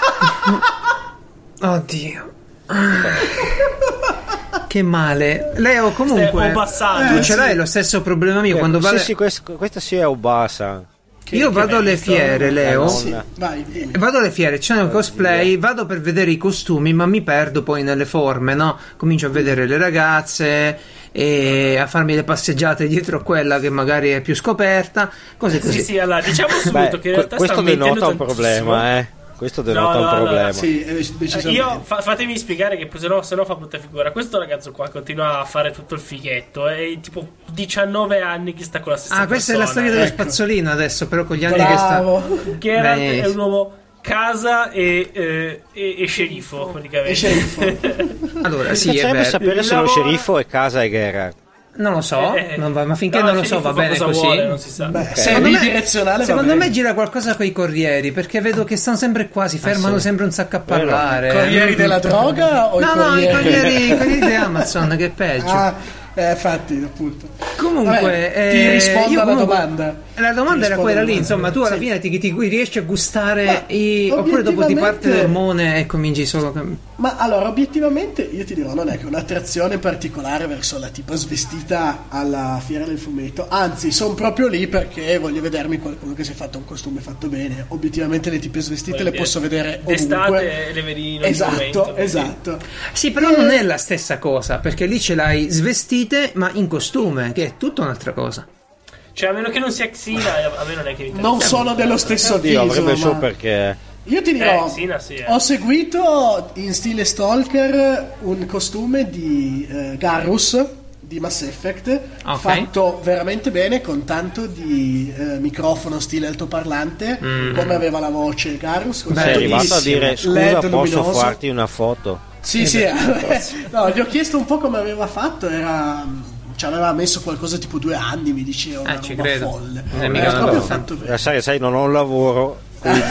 Oddio. Che male. Leo, comunque tu ce l'hai lo stesso problema mio quando vado. Sì, questa sì è Obasa. Io vado alle fiere, Leo. Sì, vai, dimmi. Vado alle fiere, c'è un cosplay, vado per vedere i costumi, ma mi perdo poi nelle forme, no? Comincio a vedere le ragazze e a farmi le passeggiate dietro a quella che magari è più scoperta, cose così. Sì, allora diciamo subito che in realtà questo denota un problema, Questo denota un problema. No. Sì, decisamente. Fatemi spiegare che se no fa brutta figura. Questo ragazzo qua continua a fare tutto il fighetto. È tipo 19 anni che sta con la stessa persona. Questa è la storia dello spazzolino adesso, però con gli anni che sta. Geralt è un uomo casa e sceriffo, praticamente. Allora, sì, Mi piacerebbe è vero. sapere se lo sceriffo è casa e Geralt. Non lo so, ma finché non lo so va bene così. Vuole, non si sa. Se è bidirezionale, secondo me gira qualcosa con i corrieri, perché vedo che stanno sempre qua, si fermano sempre un sacco a parlare. Corrieri della droga o i corrieri di Amazon, che è peggio. Infatti, appunto. Comunque, ti rispondo alla domanda. La domanda era quella lì, insomma, tu alla fine ti riesci a gustare oppure dopo ti parte l'ormone e cominci solo. Ma allora, obiettivamente, io ti dirò, non è che un'attrazione particolare verso la tipa svestita alla fiera del fumetto. Anzi, sono proprio lì perché voglio vedermi qualcuno che si è fatto un costume fatto bene. Obiettivamente le tipe svestite le posso vedere ovunque. D'estate le vedi in ogni momento. Esatto. Sì, però non è la stessa cosa, perché lì ce l'hai svestite, ma in costume, che è tutta un'altra cosa. Cioè, a meno che non sia Xina, a me non è che mi interessa. Non sono dello stesso Dio, viso, avrebbe il suo ma perché. io ti dirò, Xina, sì, ho seguito in stile Stalker un costume di Garrus di Mass Effect, fatto veramente bene, con tanto di microfono stile altoparlante, come aveva la voce Garrus. Sei arrivato a dire scusa, LED posso luminoso. farti una foto? Sì, no, gli ho chiesto un po' come aveva fatto, ci aveva messo qualcosa tipo 2 anni, mi diceva, una ci roba credo. folle. Mica proprio fatto bene. Sai, non ho un lavoro, quindi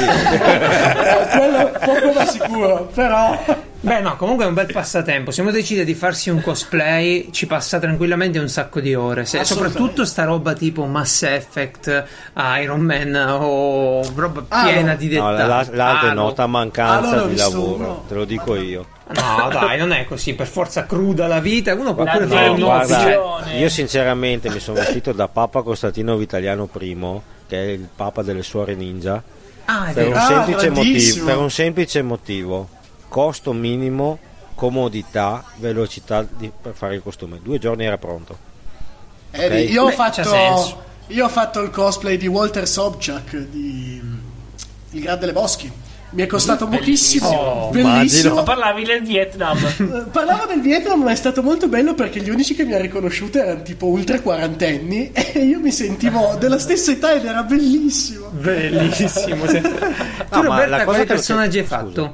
Quello poco ma sicuro, però Beh, no, comunque è un bel passatempo. Se uno decide di farsi un cosplay, ci passa tranquillamente un sacco di ore. Soprattutto sta roba tipo Mass Effect, Iron Man o roba piena di dettagli. la denota mancanza di lavoro, uno. te lo dico io. No, dai, non è così. Per forza cruda la vita. Uno può La pure fare un dedizione. Io sinceramente mi sono vestito da Papa Costantino Vitaliano I, che è il Papa delle suore ninja, per un semplice motivo: costo minimo, comodità, velocità per fare il costume. 2 giorni era pronto. Okay? Io ho fatto il cosplay di Walter Sobchak di Il Grande delle Boschi. Mi è costato pochissimo, bellissimo. Ma parlavi del Vietnam. Parlavo del Vietnam, ma è stato molto bello perché gli unici che mi hanno riconosciuto erano tipo ultra quarantenni e io mi sentivo della stessa età ed era bellissimo. Bellissimo. Tu, Roberta, quali personaggi hai fatto?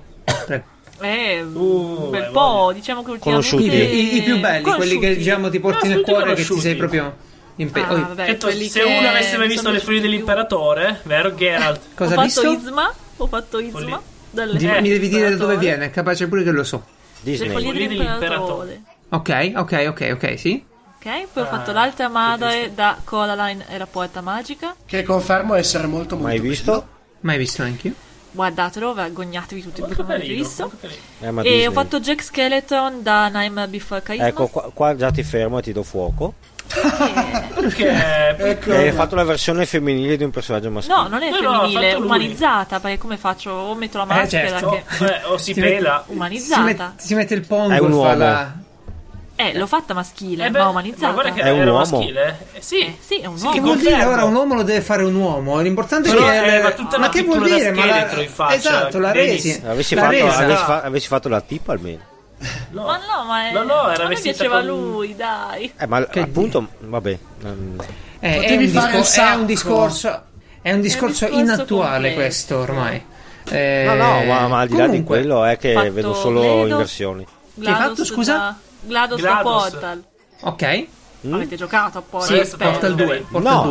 Un bel po', diciamo che ultimamente conosciuti. I più belli, quelli che diciamo ti porti nel cuore, che ti sei proprio se uno avesse mai visto Le Foglie dell'Imperatore, vero Geralt? Cosa hai visto? Ho fatto Izma. Mi devi dire da dove viene, capace pure che lo so. Le Foglie dell'Imperatore. Ok, sì. Ok, poi ho fatto l'altra madre da Coraline e la Porta Magica. Che confermo essere molto Mai visto? Mai visto anch'io. Guardatelo, vergognatevi tutti perché non l'avete visto. E Disney. Ho fatto Jack Skeleton da Nightmare Before Christmas. Ecco, qua già ti fermo e ti do fuoco. Perché Hai fatto la versione femminile di un personaggio maschile. No, non è femminile, è umanizzata. Perché come faccio? O metto la maschera o si pela. Umanizzata. Si mette il pongo. È un uomo. L'ho fatta maschile, ma umanizzata. Ma che è un uomo. Maschile? Sì, è un Che uomo. vuol dire ora un uomo lo deve fare un uomo? L'importante è che ma che vuol dire? In faccia, esatto, la resi. Avessi fatto la tipa almeno. Ma era mi piaceva lui, dai. Ma appunto, vabbè. È un discorso inattuale questo ormai. Ma al di là di quello è che vedo solo inversioni. Che hai fatto, scusa? GLaDOS da Portal. Ok. Avete giocato a Portal? Sì, Portal 2.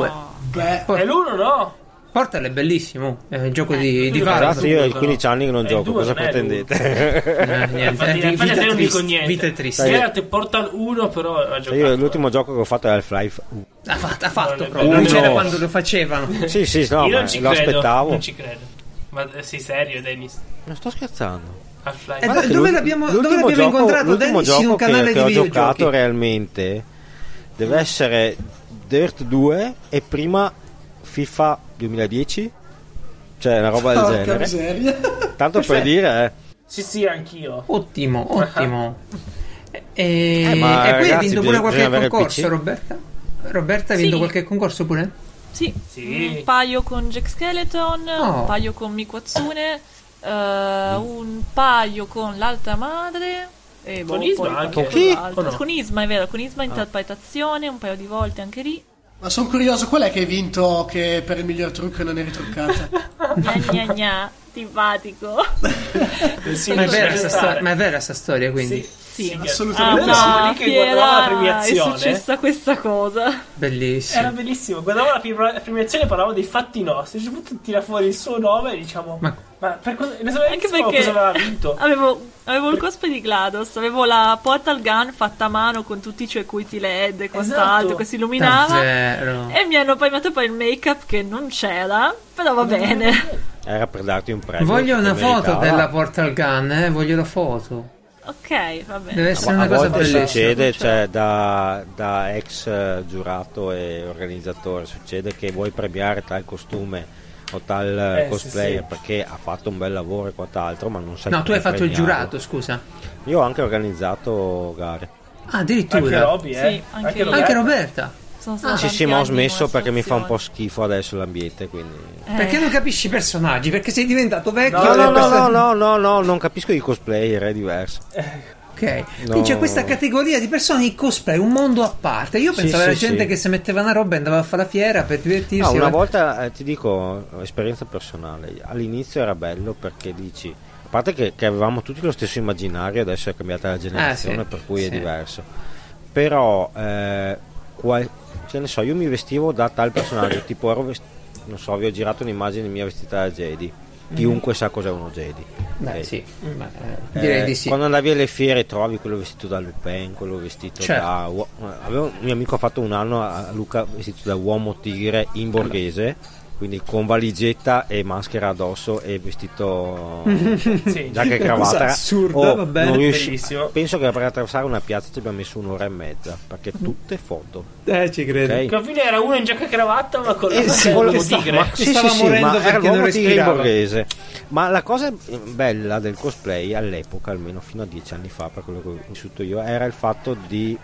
Beh, E l'1 no? Portal è bellissimo, è un gioco di Io fare. Ragazzi, io ho Però. 15 anni che non È gioco, due, cosa non è pretendete? Niente, Infatti a te non dico niente. vita triste. Era Portal 1, però ha giocato. Io l'ultimo gioco che ho fatto è Half-Life 1. Ha fatto Non è proprio. vero. Non c'era Uno. quando lo facevano. Sì, no, Io ma non ci lo credo. aspettavo. Non ci credo. Ma sei serio, Dennis? Non sto scherzando. Half-Life. Guarda che dove l'abbiamo incontrato l'ultimo Dennis in un gioco canale che ho di giocato videogiochi? realmente deve essere Dirt 2 e prima FIFA 2010, cioè una roba del porca genere. miseria. Tanto per dire, Sì, anch'io. Ottimo. ma E poi ragazzi, hai vinto pure qualche bisogna avere il concorso, PC. Roberta? Roberta hai vinto Sì. qualche concorso pure? Sì, Sì. un paio con Jack Skeleton, Oh. un paio con Mikuatsune, un paio con l'altra madre. E Con boh, Isma poi anche? qualche Con chi? altro. O no? Con Isma, è vero, con Isma interpretazione, un paio di volte anche lì. Ma sono curioso, qual è che hai vinto che per il miglior trucco non eri truccata? Gna gna gna, simpatico. Ma è vera sta storia, quindi? Sì. Sì, assolutamente sì. una Lì che guardavo la fiera è premiazione. successa questa cosa. Bellissimo. Era bellissimo. Guardavo la premiazione e parlavo dei fatti nostri. A un certo punto tira fuori il suo nome e diciamo. Ma- Ma per cosa? Ne sapeva Anche cosa perché aveva vinto. avevo il cosplay di GLaDOS, avevo la portal gun fatta a mano con tutti i circuiti LED e quant'altro Esatto. che si illuminava. Davvero. E mi hanno poi messo poi il make-up che non c'era, però va bene. era per darti un premio. Voglio una che foto meritava. della Portal Gun, voglio la foto. Ok, va bene. Deve essere A una cosa volte bellissima. succede, cioè da ex giurato e organizzatore, succede che vuoi premiare tal costume o tal cosplayer sì. perché ha fatto un bel lavoro e quant'altro, ma non sai No, tu come hai fatto il premiarlo. giurato, scusa. Io ho anche organizzato gare. Ah, Anche addirittura. Roby, Sì, anche io. Anche Roberta. Sono stati Sì, tanti ma ho anni di smesso perché mi fa un po' mostrazioni. schifo adesso l'ambiente, quindi... Perché non capisci i personaggi? Perché sei diventato vecchio. No, e le No, persone- non capisco i cosplayer, è diverso. Ok. No. Quindi c'è questa categoria di persone, i cosplay, un mondo a parte. Io Sì, pensavo alla sì, gente sì. che si metteva una roba e andava a fare la fiera per divertirsi. No, una ma- volta ti dico, esperienza personale, all'inizio era bello perché dici, a parte che avevamo tutti lo stesso immaginario, adesso è cambiata la generazione, sì, per cui sì. è diverso. Però, che ne so, io mi vestivo da tal personaggio, tipo non so, vi ho girato un'immagine mia vestita da Jedi. Chiunque sa cos'è uno Jedi. Beh, Ok? sì. Ma, direi di sì. Quando andavi alle fiere trovi quello vestito da Lupin, quello vestito Certo. da un mio amico ha fatto un anno a Luca vestito da uomo tigre in borghese, quindi con valigetta e maschera addosso e vestito Sì. giacca e Cosa cravatta. assurda, va bene. non Bellissimo. penso che per attraversare una piazza ci abbiamo messo un'ora e mezza perché tutte foto. Ci credo. Ok? Che alla fine era uno in giacca e cravatta, ma con la sì, con che l'uomo sta- tigre. ma- Sì, stava sì, morendo ma perché era non l'uomo tigre in respirava. borghese. Ma la cosa bella del cosplay all'epoca, almeno fino a 10 anni fa, per quello che ho vissuto io, era il fatto di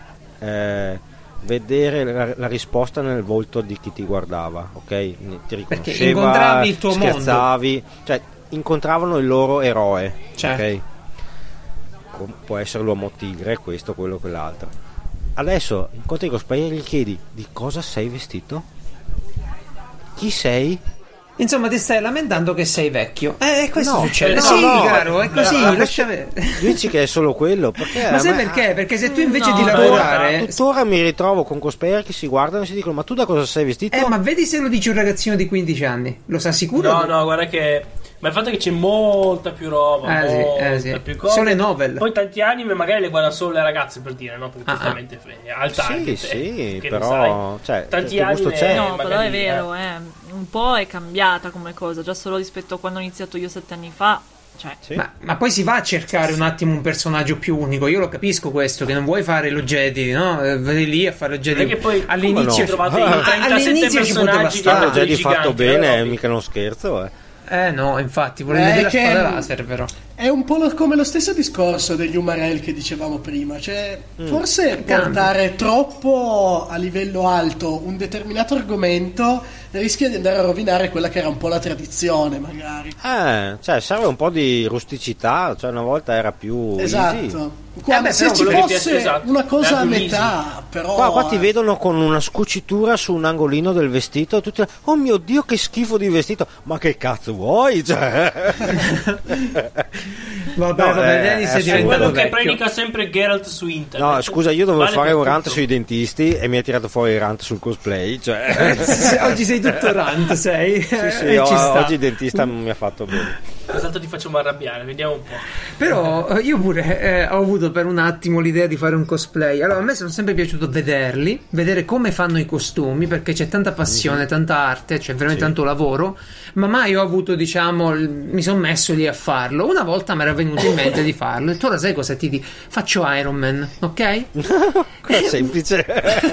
vedere la risposta nel volto di chi ti guardava, ok? Ti riconosceva, incontravi il tuo mondo. scherzavi, cioè incontravano il loro eroe, Certo. ok? Può essere l'uomo tigre, questo, quello, quell'altro. Adesso incontri i cosplayer e gli chiedi di cosa sei vestito? Chi sei? Insomma, ti stai lamentando che sei vecchio. Questo No, succede. no, Sì, no. caro, è così. Ma lascia vedere. Dici che è solo quello? Perché Ma a sai me- perché? Perché se tu invece No, di lavorare. tuttora mi ritrovo con cosplayer che si guardano e si dicono: ma tu da cosa sei vestito? Ma vedi se lo dice un ragazzino di 15 anni. Lo sa sicuro? No, guarda che. Ma il fatto è che c'è molta più roba, molta sì. più cose. Sono le novel. Poi tanti anime magari le guardano solo le ragazze, per dire, no? Perché giustamente al target. sì, che però, ne sai. cioè, tanti che gusto anime c'è? No, però magari, è vero, un po' è cambiata come cosa, già solo rispetto a quando ho iniziato io 7 anni fa. Cioè, Sì. Ma poi si va a cercare un attimo un personaggio più unico. Io lo capisco questo, che non vuoi fare lo Jedi, no? Vai lì a fare lo Jedi. Non è che poi all'inizio no? trovate i 37 all'inizio ci poteva personaggi stare. Hanno dietro già i di fatto giganti, bene, è Roby. mica uno scherzo, no, infatti, vorrei vedere la che- spada laser, però. È un po' come lo stesso discorso degli Umarell che dicevamo prima, cioè forse portare troppo a livello alto un determinato argomento rischia di andare a rovinare quella che era un po' la tradizione, magari. cioè serve un po' di rusticità, cioè una volta era più easy. Esatto. beh, Se però ci quello che fosse piace, esatto, una cosa era a più metà, però Qua ti vedono con una scucitura su un angolino del vestito, tutti, oh mio Dio che schifo di vestito, ma che cazzo vuoi? Cioè... Vabbè, vieni, è sei assurdo. diventato Quello che vecchio. predica sempre Geralt su internet. No, scusa, io dovevo Vale fare per un rant tutto. sui dentisti e mi ha tirato fuori il rant sul cosplay. Cioè. Oggi sei tutto rant, sei. Sì, E ci sta. oggi il dentista non mi ha fatto bene. Cos'altro ti facciamo arrabbiare? Vediamo un po'. Però io pure ho avuto per un attimo l'idea di fare un cosplay. Allora, a me sono sempre piaciuto vederli, vedere come fanno i costumi, perché c'è tanta passione, tanta arte, c'è veramente tanto lavoro. Ma mai ho avuto, diciamo, mi sono messo lì a farlo. Una volta mi era venuto in mente di farlo. E tu ora sai cosa ti dico? Faccio Iron Man, ok? È semplice.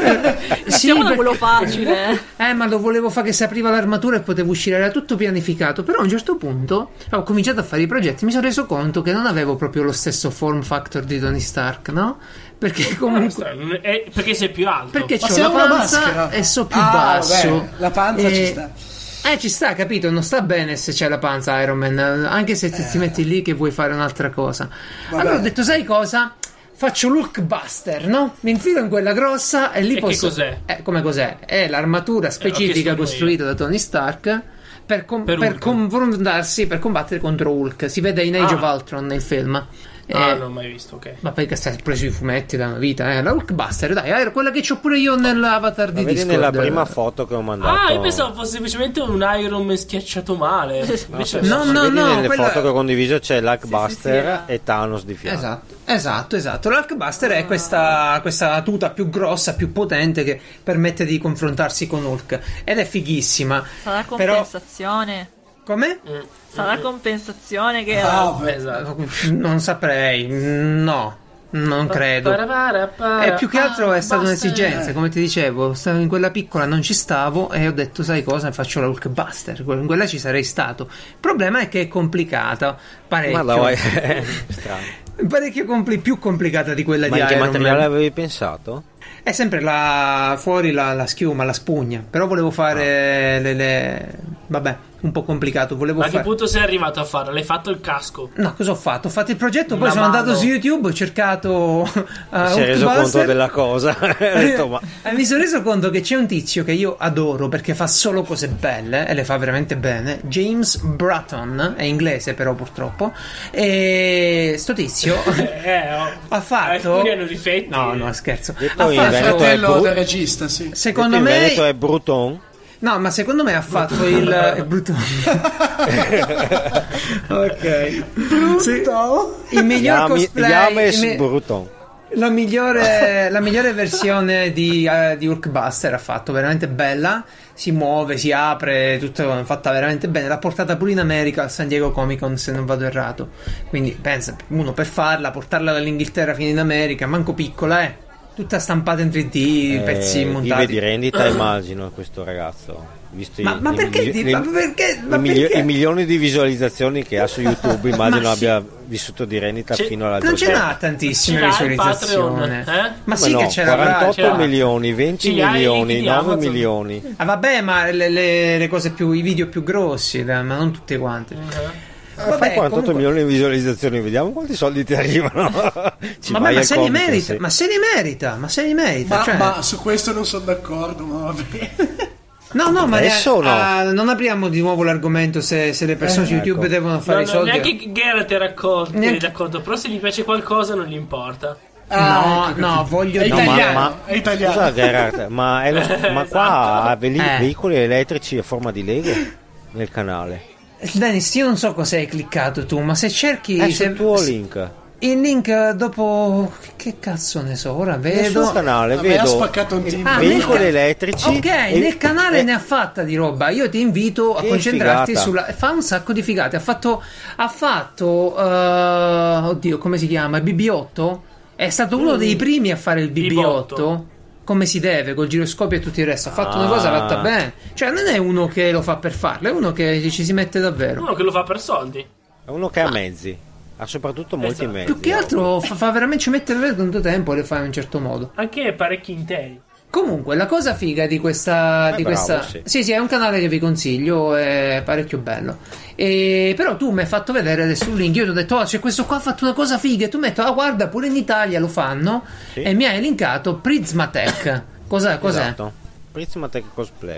Siamo da quello facile. Ma lo volevo fare che si apriva l'armatura e potevo uscire, era tutto pianificato. Però a un certo punto ho cominciato a fare i progetti, mi sono reso conto che non avevo proprio lo stesso form factor di Tony Stark, no? Perché comunque Perché sei più alto. perché Ma c'ho se la ha una panza maschera. e so più Ah, basso. vabbè, la panza ci sta. Ci sta, capito? Non sta bene se c'è la panza Iron Man, anche se ti metti lì che vuoi fare un'altra cosa. Vabbè. Allora ho detto, sai cosa? Faccio l'Hulkbuster, no? Mi infilo in quella grossa e lì E posso... che cos'è? Come cos'è? È l'armatura specifica chiesto costruita da Tony Stark per Hulk. confrontarsi, per combattere contro Hulk. Si vede in Age of Ultron nel film. Non l'ho mai visto, ok. Ma perché stai preso i fumetti da una vita, La Hulkbuster, dai, era quella che c'ho pure io nell'avatar di La vedi Discord. nella prima foto che ho mandato. Io pensavo fosse semplicemente un Iron Man schiacciato male. Invece No, Se no, vedi no, nelle quella- foto che ho condiviso c'è l'Hulkbuster sì. e Thanos di fianco. Esatto. L'Hulkbuster è questa tuta più grossa, più potente che permette di confrontarsi con Hulk ed è fighissima. Sarà Però compensazione. come? Sarà compensazione che Vabbè. Esatto. Non saprei. No, non credo. E più che altro è stata un'esigenza, come ti dicevo, stavo in quella piccola, non ci stavo e ho detto, sai cosa, faccio la Hulkbuster, in quella ci sarei stato. Il problema è che è complicata, parecchio. Ma dai, strano. Parecchio più complicata di quella Ma di in che Iron materiale Man. avevi pensato? È sempre fuori la schiuma, la spugna. Però volevo fare vabbè, un po' complicato. Volevo Ma a che fare. punto sei arrivato a farlo? L'hai fatto il casco? No, cosa ho fatto? Ho fatto il progetto, poi Una sono andato mano. su YouTube, ho cercato. Si è reso conto Hulkbuster. della cosa. Ha detto, ma Mi sono reso conto che c'è un tizio che io adoro perché fa solo cose belle e le fa veramente bene. James Bratton, è inglese però purtroppo. E sto tizio ha fatto. Alcuni hanno difetti. No, scherzo. Detto Ha in fatto- Veneto è Fratello del regista, sì. Secondo detto in me. Veneto è Bruton. No, ma secondo me ha fatto il brutto. Ok. Brutto. Il miglior cosplay. James Bruton. La migliore versione di Hulkbuster ha fatto, veramente bella. Si muove, si apre, tutto fatta veramente bene. L'ha portata pure in America al San Diego Comic Con, se non vado errato. Quindi pensa, uno per farla, portarla dall'Inghilterra fino in America, manco piccola, tutta stampata in 3D, pezzi Vive montati. di rendita, immagino, questo ragazzo. Visto Ma perché? I milioni di visualizzazioni che ha su YouTube, immagino Ma sì. abbia vissuto di rendita C'è- fino alla Non ce giornata. n'ha tantissime Ce l'ha il visualizzazioni. Patreon, Ma Ma sì, no, che ce l'avrà. 48 ce l'ha. milioni, 20 Ce li hai i milioni, link di 9 Amazon? milioni. Vabbè, ma le cose più, i video più grossi, ma non tutte quante. Fai 48 comunque- milioni di visualizzazioni, vediamo quanti soldi ti arrivano. Ci vai Ma al se li Comic Con, merita, sì. ma se li merita, cioè- Ma su questo non sono d'accordo, ma vabbè. No, ma Adesso no. non apriamo di nuovo l'argomento se le persone su YouTube ecco. devono fare i soldi. Neanche Geralt era Neanche- d'accordo, però se gli piace qualcosa non gli importa. No, voglio È dire. italiano. È italiano. Scusa, Gerard, ma, ma qua ha veicoli elettrici a forma di Lego nel canale. Dennis, io non so cosa hai cliccato tu, ma se cerchi È se- sul tuo link. il link dopo, che cazzo ne so, ora Nel suo vedo. canale Vabbè, ha vedo spaccato un team. veicoli nel ca- elettrici. Ok, e- nel canale e- ne ha fatta di roba. Io ti invito a Che concentrarti figata. sulla. Fa un sacco di figate. Ha fatto. Oddio, come si chiama? Il BB8? È stato uno dei primi a fare il BB8. Come si deve, col giroscopio e tutto il resto. Ha fatto una cosa fatta bene. Cioè, non è uno che lo fa per farlo, è uno che ci si mette davvero. Uno che lo fa per soldi. È uno che ha mezzi. Ha soprattutto molti Esatto. mezzi. Più che altro fa veramente, ci mette davvero tanto tempo e le fa in un certo modo. Anche parecchi interi. Comunque, la cosa figa di questa. Di bravo, questa... sì. Sì, è un canale che vi consiglio, è parecchio bello. Però tu mi hai fatto vedere adesso un link. Io ti ho detto, oh, c'è questo qua ha fatto una cosa figa. E tu metti, guarda, pure in Italia lo fanno. Sì. E mi hai linkato Prismatech. Cos'è? Esatto. Prismatech Cosplay.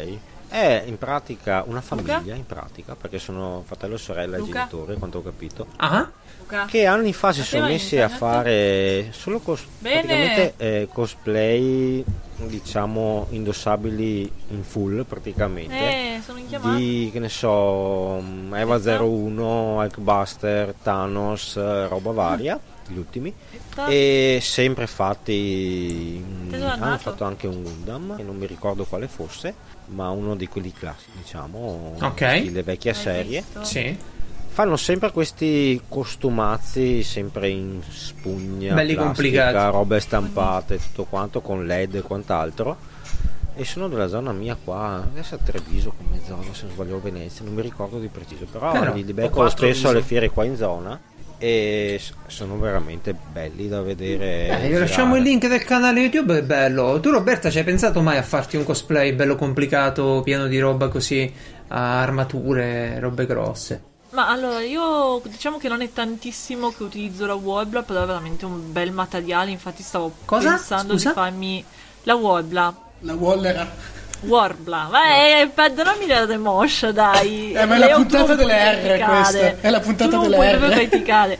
È in pratica una famiglia, Luca? in pratica, perché sono fratello, sorella e Luca? genitori, quanto ho capito, Ah, Luca? che anni fa si A te sono va messi a internet? fare solo Bene. praticamente cosplay, diciamo, indossabili in full praticamente. Sono in chiamata. Di, che ne so, Eva 01, Hulkbuster, Thanos, roba varia, gli ultimi. E sempre fatti. Te l'ho Hanno dato? fatto anche un Gundam, che non mi ricordo quale fosse, ma uno di quelli classici, diciamo, Ok. stile vecchia serie. sì. Fanno sempre questi costumazzi, sempre in spugna, Belli plastica, complicati. robe stampate, tutto quanto con LED e quant'altro. E sono della zona mia qua, adesso a Treviso come zona, se non sbaglio, Venezia, non mi ricordo di preciso, però Però, li o becco quattro spesso alle Treviso. fiere qua in zona e sono veramente belli da vedere. Vi lasciamo il link del canale YouTube, è bello. Tu Roberta ci hai pensato mai a farti un cosplay bello complicato, pieno di roba così, armature, robe grosse? Ma allora, io diciamo che non è tantissimo che utilizzo la Worbla, però è veramente un bel materiale, infatti stavo Cosa? pensando Scusa? di farmi la Worbla. La Wallera. Worbla, perdonami la remoscia, dai. Ma è la Le ho puntata proprio delle R criticate. questa. È la puntata Tu non delle puoi R. proprio criticare.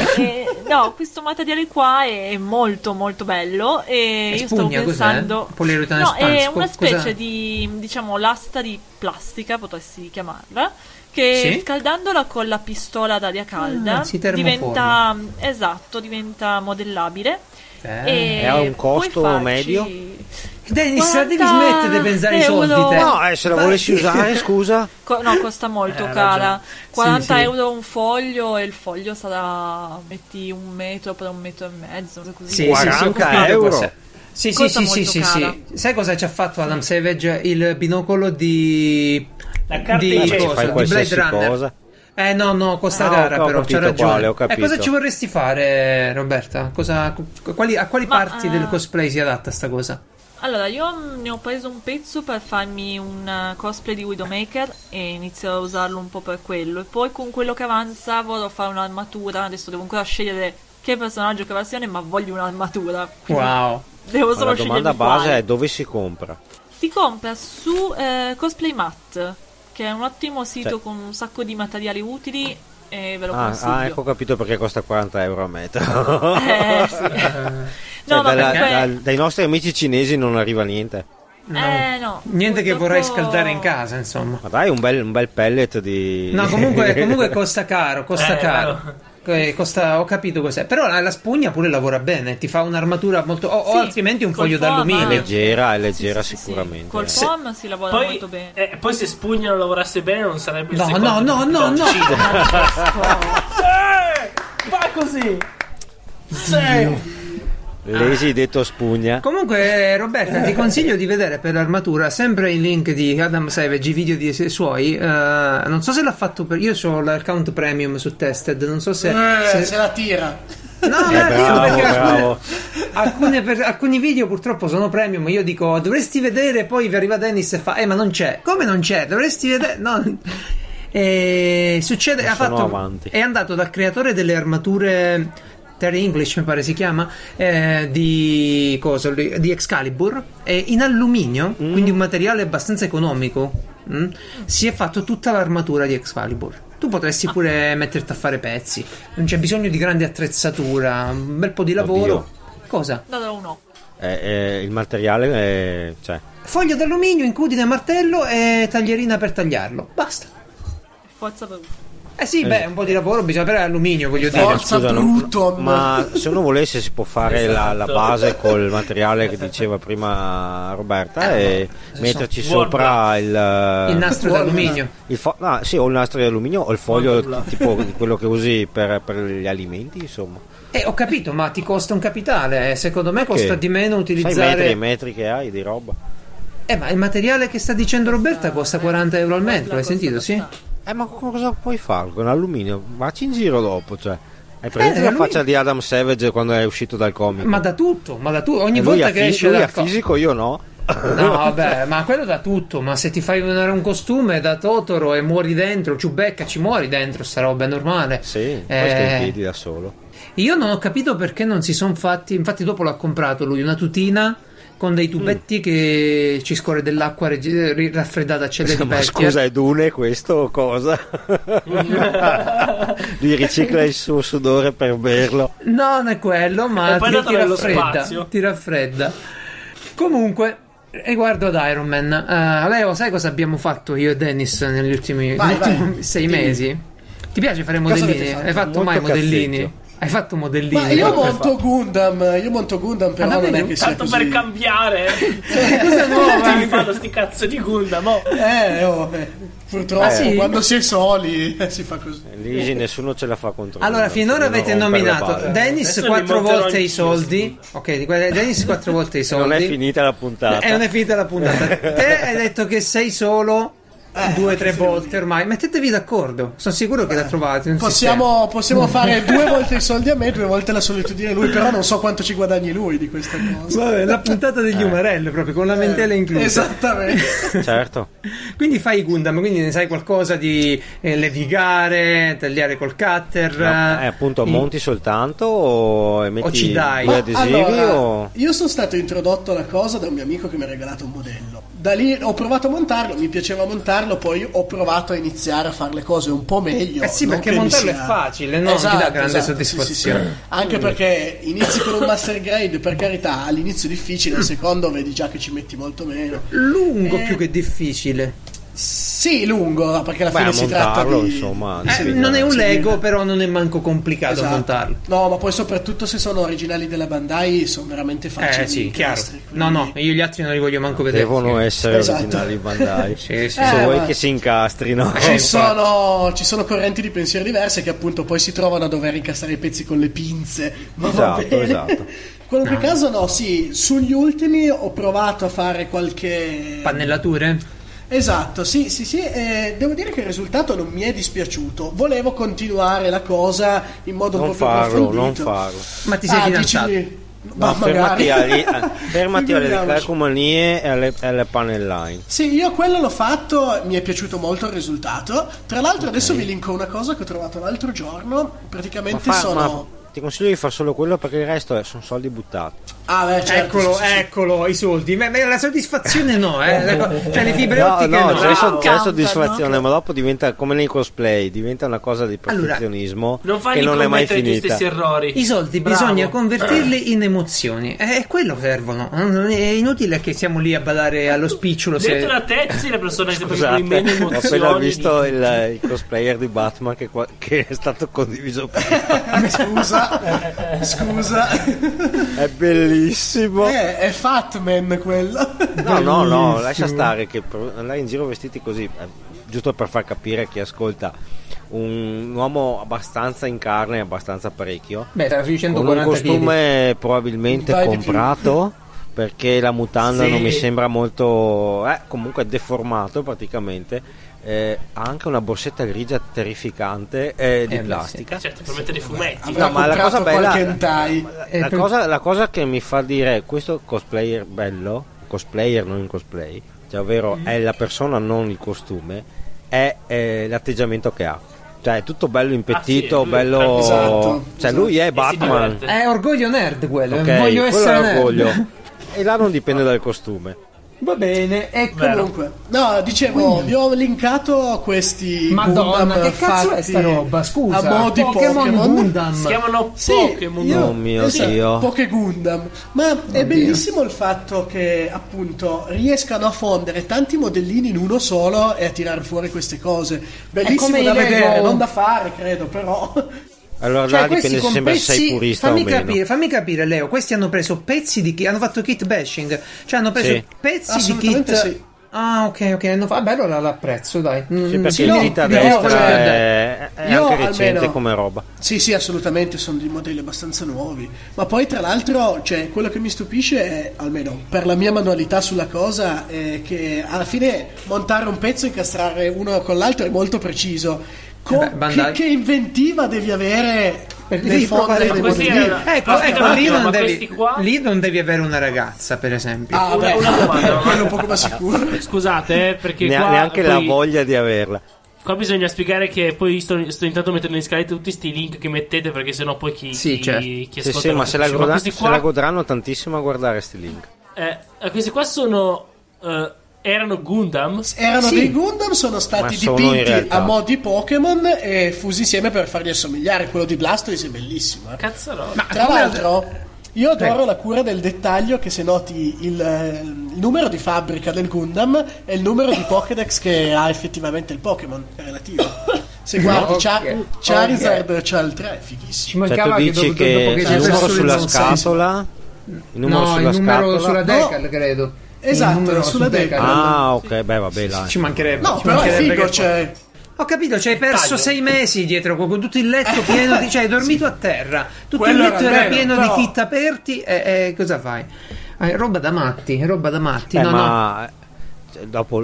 No, questo materiale qua è molto molto bello e È io spugna, stavo cos'è? pensando. Poliuretano No, è espanso, una cos'è? specie di, diciamo, lasta di plastica, potresti chiamarla, che Sì? scaldandola con la pistola ad aria calda si termoforma. diventa modellabile. Eh. E ha un costo puoi farci- medio? Dennis, 40 devi smettere di pensare ai soldi euro. te. No, se la volessi usare, scusa. No, costa molto Hai cara. ragione. 40 Sì, sì. euro un foglio e il foglio sarà, metti 1 metro per 1 metro e mezzo, così. Sì, 40 sì, ho capito euro. cos'è. Sì, sì, Costa sì, sì, molto sì, cara. sì. Sai cosa ci ha fatto Adam Savage? Il binocolo di La carta di, di Ci Cosa? fai di Blade qualsiasi Runner. cosa. No, costa Ah, cara, ho però capito c'ha ragione. quale, ho E capito. cosa ci vorresti fare, Roberta? A quali parti del cosplay si adatta sta cosa? Allora, io ne ho preso un pezzo per farmi un cosplay di Widowmaker e inizierò a usarlo un po' per quello. E poi con quello che avanza vorrò fare un'armatura. Adesso devo ancora scegliere che personaggio, che versione, ma voglio un'armatura. Quindi Wow. devo Ma solo la scegliere domanda base quale. è dove si compra? Si compra su Cosplay Mat, che è un ottimo sito Cioè- con un sacco di materiali utili e ve lo consiglio. Ecco, ho capito perché costa 40 euro a metro. Sì. No, ma perché... Dai nostri amici cinesi non arriva niente. no. Niente che Purtroppo- vorrei scaldare in casa, insomma. Ma dai, un bel pellet di. No, comunque costa caro, vero. Ho capito cos'è. Però la spugna pure lavora bene, ti fa un'armatura molto. O Sì, altrimenti un col foglio foam, È d'alluminio. leggera Sì. sicuramente. Col foam si lavora Poi, molto bene. poi se Spugna non lavorasse bene non sarebbe il No, secondo no, di no, no. uccidere. Va così. Sì. Lesi detto spugna. Comunque, Roberta, ti consiglio di vedere per l'armatura sempre il link di Adam Savage, i video di suoi. Non so se l'ha fatto io ho l'account premium su Tested. Non so se. Se la tira. No, Bravo. perché alcuni video purtroppo sono premium. Io dico dovresti vedere, poi vi arriva Dennis e fa ma non c'è. Come non c'è? Dovresti vedere. No. E succede. Sono avanti. È andato dal creatore delle armature. Terry English mi pare si chiama, di Excalibur, in alluminio, quindi un materiale abbastanza economico. Si è fatto tutta l'armatura di Excalibur. Tu potresti pure metterti a fare pezzi, non c'è bisogno di grande attrezzatura, un bel po' di lavoro. Oddio. Cosa? Dato un no. Il materiale è. Cioè. Foglio d'alluminio, incudine, martello e taglierina per tagliarlo. Basta. Forza per Sì, un po' di lavoro bisogna, però è alluminio, voglio dire. Forza Bruton. Ma se uno volesse si può fare la Esatto. base col materiale che diceva prima Roberta e metterci Warbler. sopra Il nastro d'alluminio. sì, o il nastro di alluminio o il foglio tipo di quello che usi per gli alimenti, insomma. Ho capito, ma ti costa un capitale. Secondo me costa Che? di meno Sai utilizzare. i metri che hai di roba. Ma il materiale che sta dicendo Roberta costa 40 euro al metro, hai sentito, sì? Ma cosa puoi fare con l'alluminio? Vacci in giro dopo, cioè. Hai presente la l'alluminio- faccia di Adam Savage quando è uscito dal comic? Ma da tutto, ogni E lui volta ha che esce lui dal ha fisico, io no. No, vabbè, ma quello da tutto. Ma se ti fai un costume da Totoro e muori dentro, Ciubecca ci muori dentro, sta roba è normale. Sì, poi stai in piedi da solo. Io non ho capito perché non si sono fatti. Infatti, dopo l'ha comprato lui una tutina con dei tubetti che ci scorre dell'acqua raffreddata a celle di Ma vecchia. scusa, è Dune questo o cosa? Lui ricicla il suo sudore per berlo. No, non è quello, ma E poi è andato nello spazio. ti raffredda. Comunque, riguardo ad Iron Man, Leo, sai cosa abbiamo fatto io e Dennis negli ultimi 6 mesi? Ti piace fare Cosa modellini? avete fatto? Hai fatto Molto mai modellini? cazzeggio. Hai fatto modellini? Ma io Ecco. monto Gundam, però non è che sia Tanto così. per cambiare. Cosa nuova? Tutti fanno sti cazzo di Gundam. Oh. Purtroppo Ah, sì? quando si è soli si fa così. Lì nessuno ce la fa contro. Allora, finora avete nominato Dennis Adesso 4 li monterò volte i anch'io, soldi. Ok, Dennis 4 volte i soldi. Non è finita la puntata. Non è finita la puntata. Te hai detto che sei solo 2-3 volte ormai. Mettetevi d'accordo. Sono sicuro che la trovate. un sistema. Possiamo fare 2 volte i soldi a me, 2 volte la solitudine a lui, però non so quanto ci guadagni lui di questa cosa. Vabbè, la puntata degli umarelli proprio con la mentela inclusa. Esattamente. Certo. Quindi fai Gundam, quindi ne sai qualcosa di levigare, tagliare col cutter. Appunto, monti soltanto o metti ci dai? due Ma adesivi Allora, o... io sono stato introdotto alla cosa da un mio amico che mi ha regalato un modello. Da lì ho provato a montarlo, mi piaceva montarlo, poi ho provato a iniziare a fare le cose un po' meglio. Eh sì, non perché che mi montarlo è sia- facile, no? Ti dà grande soddisfazione. sì. Anche perché inizi con un master grade, per carità, all'inizio difficile, al secondo vedi già che ci metti molto meno. Lungo più che difficile. Sì, lungo, perché alla Beh, fine a si tratta montarlo, di... insomma, Non è un sì. Lego, però non è manco complicato Esatto. montarlo. No, ma poi soprattutto se sono originali della Bandai sono veramente facili. Sì, i chiaro. incastri, No, quindi- io gli altri non li voglio manco vedere. Devono essere Esatto. originali Bandai. Sì, sì. Se vuoi ma- che si incastrino. Ci sono correnti di pensiero diverse che appunto poi si trovano a dover incastrare i pezzi con le pinze. Ma va Esatto, bene. esatto. In qualunque caso no, sì, sugli ultimi ho provato a fare qualche... Pannellature? Esatto, sì, e devo dire che il risultato non mi è dispiaciuto. Volevo continuare la cosa in modo Non un po' più farlo, approfondito. non farlo. Ma ti sei fidanzato? Ma No, fermati, magari. fermati alle Figuriamoci. calcomanie e alle panelline. Sì, io quello l'ho fatto, mi è piaciuto molto il risultato. Tra l'altro adesso vi linko una cosa che ho trovato l'altro giorno. Praticamente sono... ti consiglio di fare solo quello perché il resto sono soldi buttati. Ah, beh, certo, Eccolo, sì, sì, sì. eccolo, i soldi. Ma la soddisfazione no, cioè le fibre ottiche no. C'è soddisfazione, ma dopo diventa come nei cosplay, diventa una cosa di perfezionismo Non che fagli non è mai commettere i tuoi finita. stessi errori. I soldi Bravo. bisogna convertirli in emozioni. E quello servono. Non è inutile che siamo lì a badare allo spicciolo. Detto da te, sì, le persone sempre Scusate, con meno ho emozioni. appena visto il cosplayer di Batman che è stato condiviso Scusa. è bellissimo. È Fatman quello. No, lascia stare che andare in giro vestiti così, giusto per far capire a chi ascolta, un uomo abbastanza in carne, abbastanza parecchio, Beh, era sui con 140 un costume probabilmente Vai di comprato, perché la mutanda Sì. non mi sembra molto, comunque deformato praticamente. Ha anche una borsetta grigia terrificante di beh, plastica. Certo, per mettere i fumetti. Avrà ma la cosa comprato bella, qualche hentai. la cosa che mi fa dire questo cosplayer bello, cosplayer non in cosplay, cioè ovvero è la persona non il costume, è l'atteggiamento che ha. Cioè è tutto bello impettito, lui- bello. esatto, Cioè lui è si Batman. diverte. È orgoglio nerd quello. Ok, Voglio quello essere è nerd. orgoglio. E là non dipende dal costume. Va bene, ecco. Comunque, no, dicevo, vi ho linkato questi Madonna, Gundam che cazzo è fatti sta roba? Scusa. a mo' di Pokémon Pokémon. Gundam. Si chiamano Sì, Pokémon. Oh mio Dio. Poké Gundam. Ma è bellissimo il fatto che appunto riescano a fondere tanti modellini in uno solo e a tirare fuori queste cose. Bellissimo come da i Lego. vedere, non da fare, credo, però. Allora Cioè, là questi dipende se con sempre se sei pezzi, purista o meno. fammi capire, Leo. Questi hanno preso pezzi di kit, hanno fatto kit bashing, cioè hanno preso Sì. pezzi di Assolutamente kit. sì. Ah, ok. Vabbè, allora l'apprezzo, dai. Sì, perché Sì, il no, kit a vi dico quello destra che ho detto. è Io anche recente almeno- come roba. Sì, assolutamente, sono dei modelli abbastanza nuovi. Ma poi, tra l'altro, cioè, quello che mi stupisce è, almeno per la mia manualità sulla cosa, è che alla fine montare un pezzo e incastrare uno con l'altro è molto preciso. Bandai. Che inventiva devi avere Perché nel devi fondere provare dei questi modellini? erano- Ecco, Aspetta, lì ma non questi devi, qua? lì non devi avere una ragazza, per esempio. Ah, beh, Una domanda, quello è un poco più sicuro. Scusate, perché qua Neanche poi- la voglia di averla. Qua bisogna spiegare che poi sto intanto mettendo in scaletta tutti sti link che mettete, perché sennò poi chi Sì, certo. chi Sì, ascolta sì, ma non se la, capisce. Ma questi se qua la godranno tantissimo a guardare sti link. questi qua sono erano Gundam? Erano Sì. dei Gundam, sono stati Ma sono in dipinti realtà. a mo' di Pokémon e fusi insieme per farli assomigliare. Quello di Blastoise è bellissimo. Cazzarola. Tra l'altro, io adoro la cura del dettaglio, che se noti il numero di fabbrica del Gundam e il numero di Pokédex che ha effettivamente il Pokémon relativo. Se guardi Ok. Charizard c'ha il 3, fighissimo. Ci Cioè, mancava tu che dici dopo che che il ci numero perso sulla il non scatola, il numero No, sulla il numero scatola. sulla No. decal, credo. Esatto, Il numero sulla su decal. Ah, ok, beh, vabbè, là. Ci mancherebbe. No, ci però è mancherebbe figo, che- cioè... Ho capito, ci hai perso Taglio. 6 mesi dietro con tutto il letto pieno di. Cioè, hai dormito a terra. Tutto Quello il letto era era vero, pieno però- di kit aperti. E cosa fai? Roba da matti, roba da matti. No, no. Ma dopo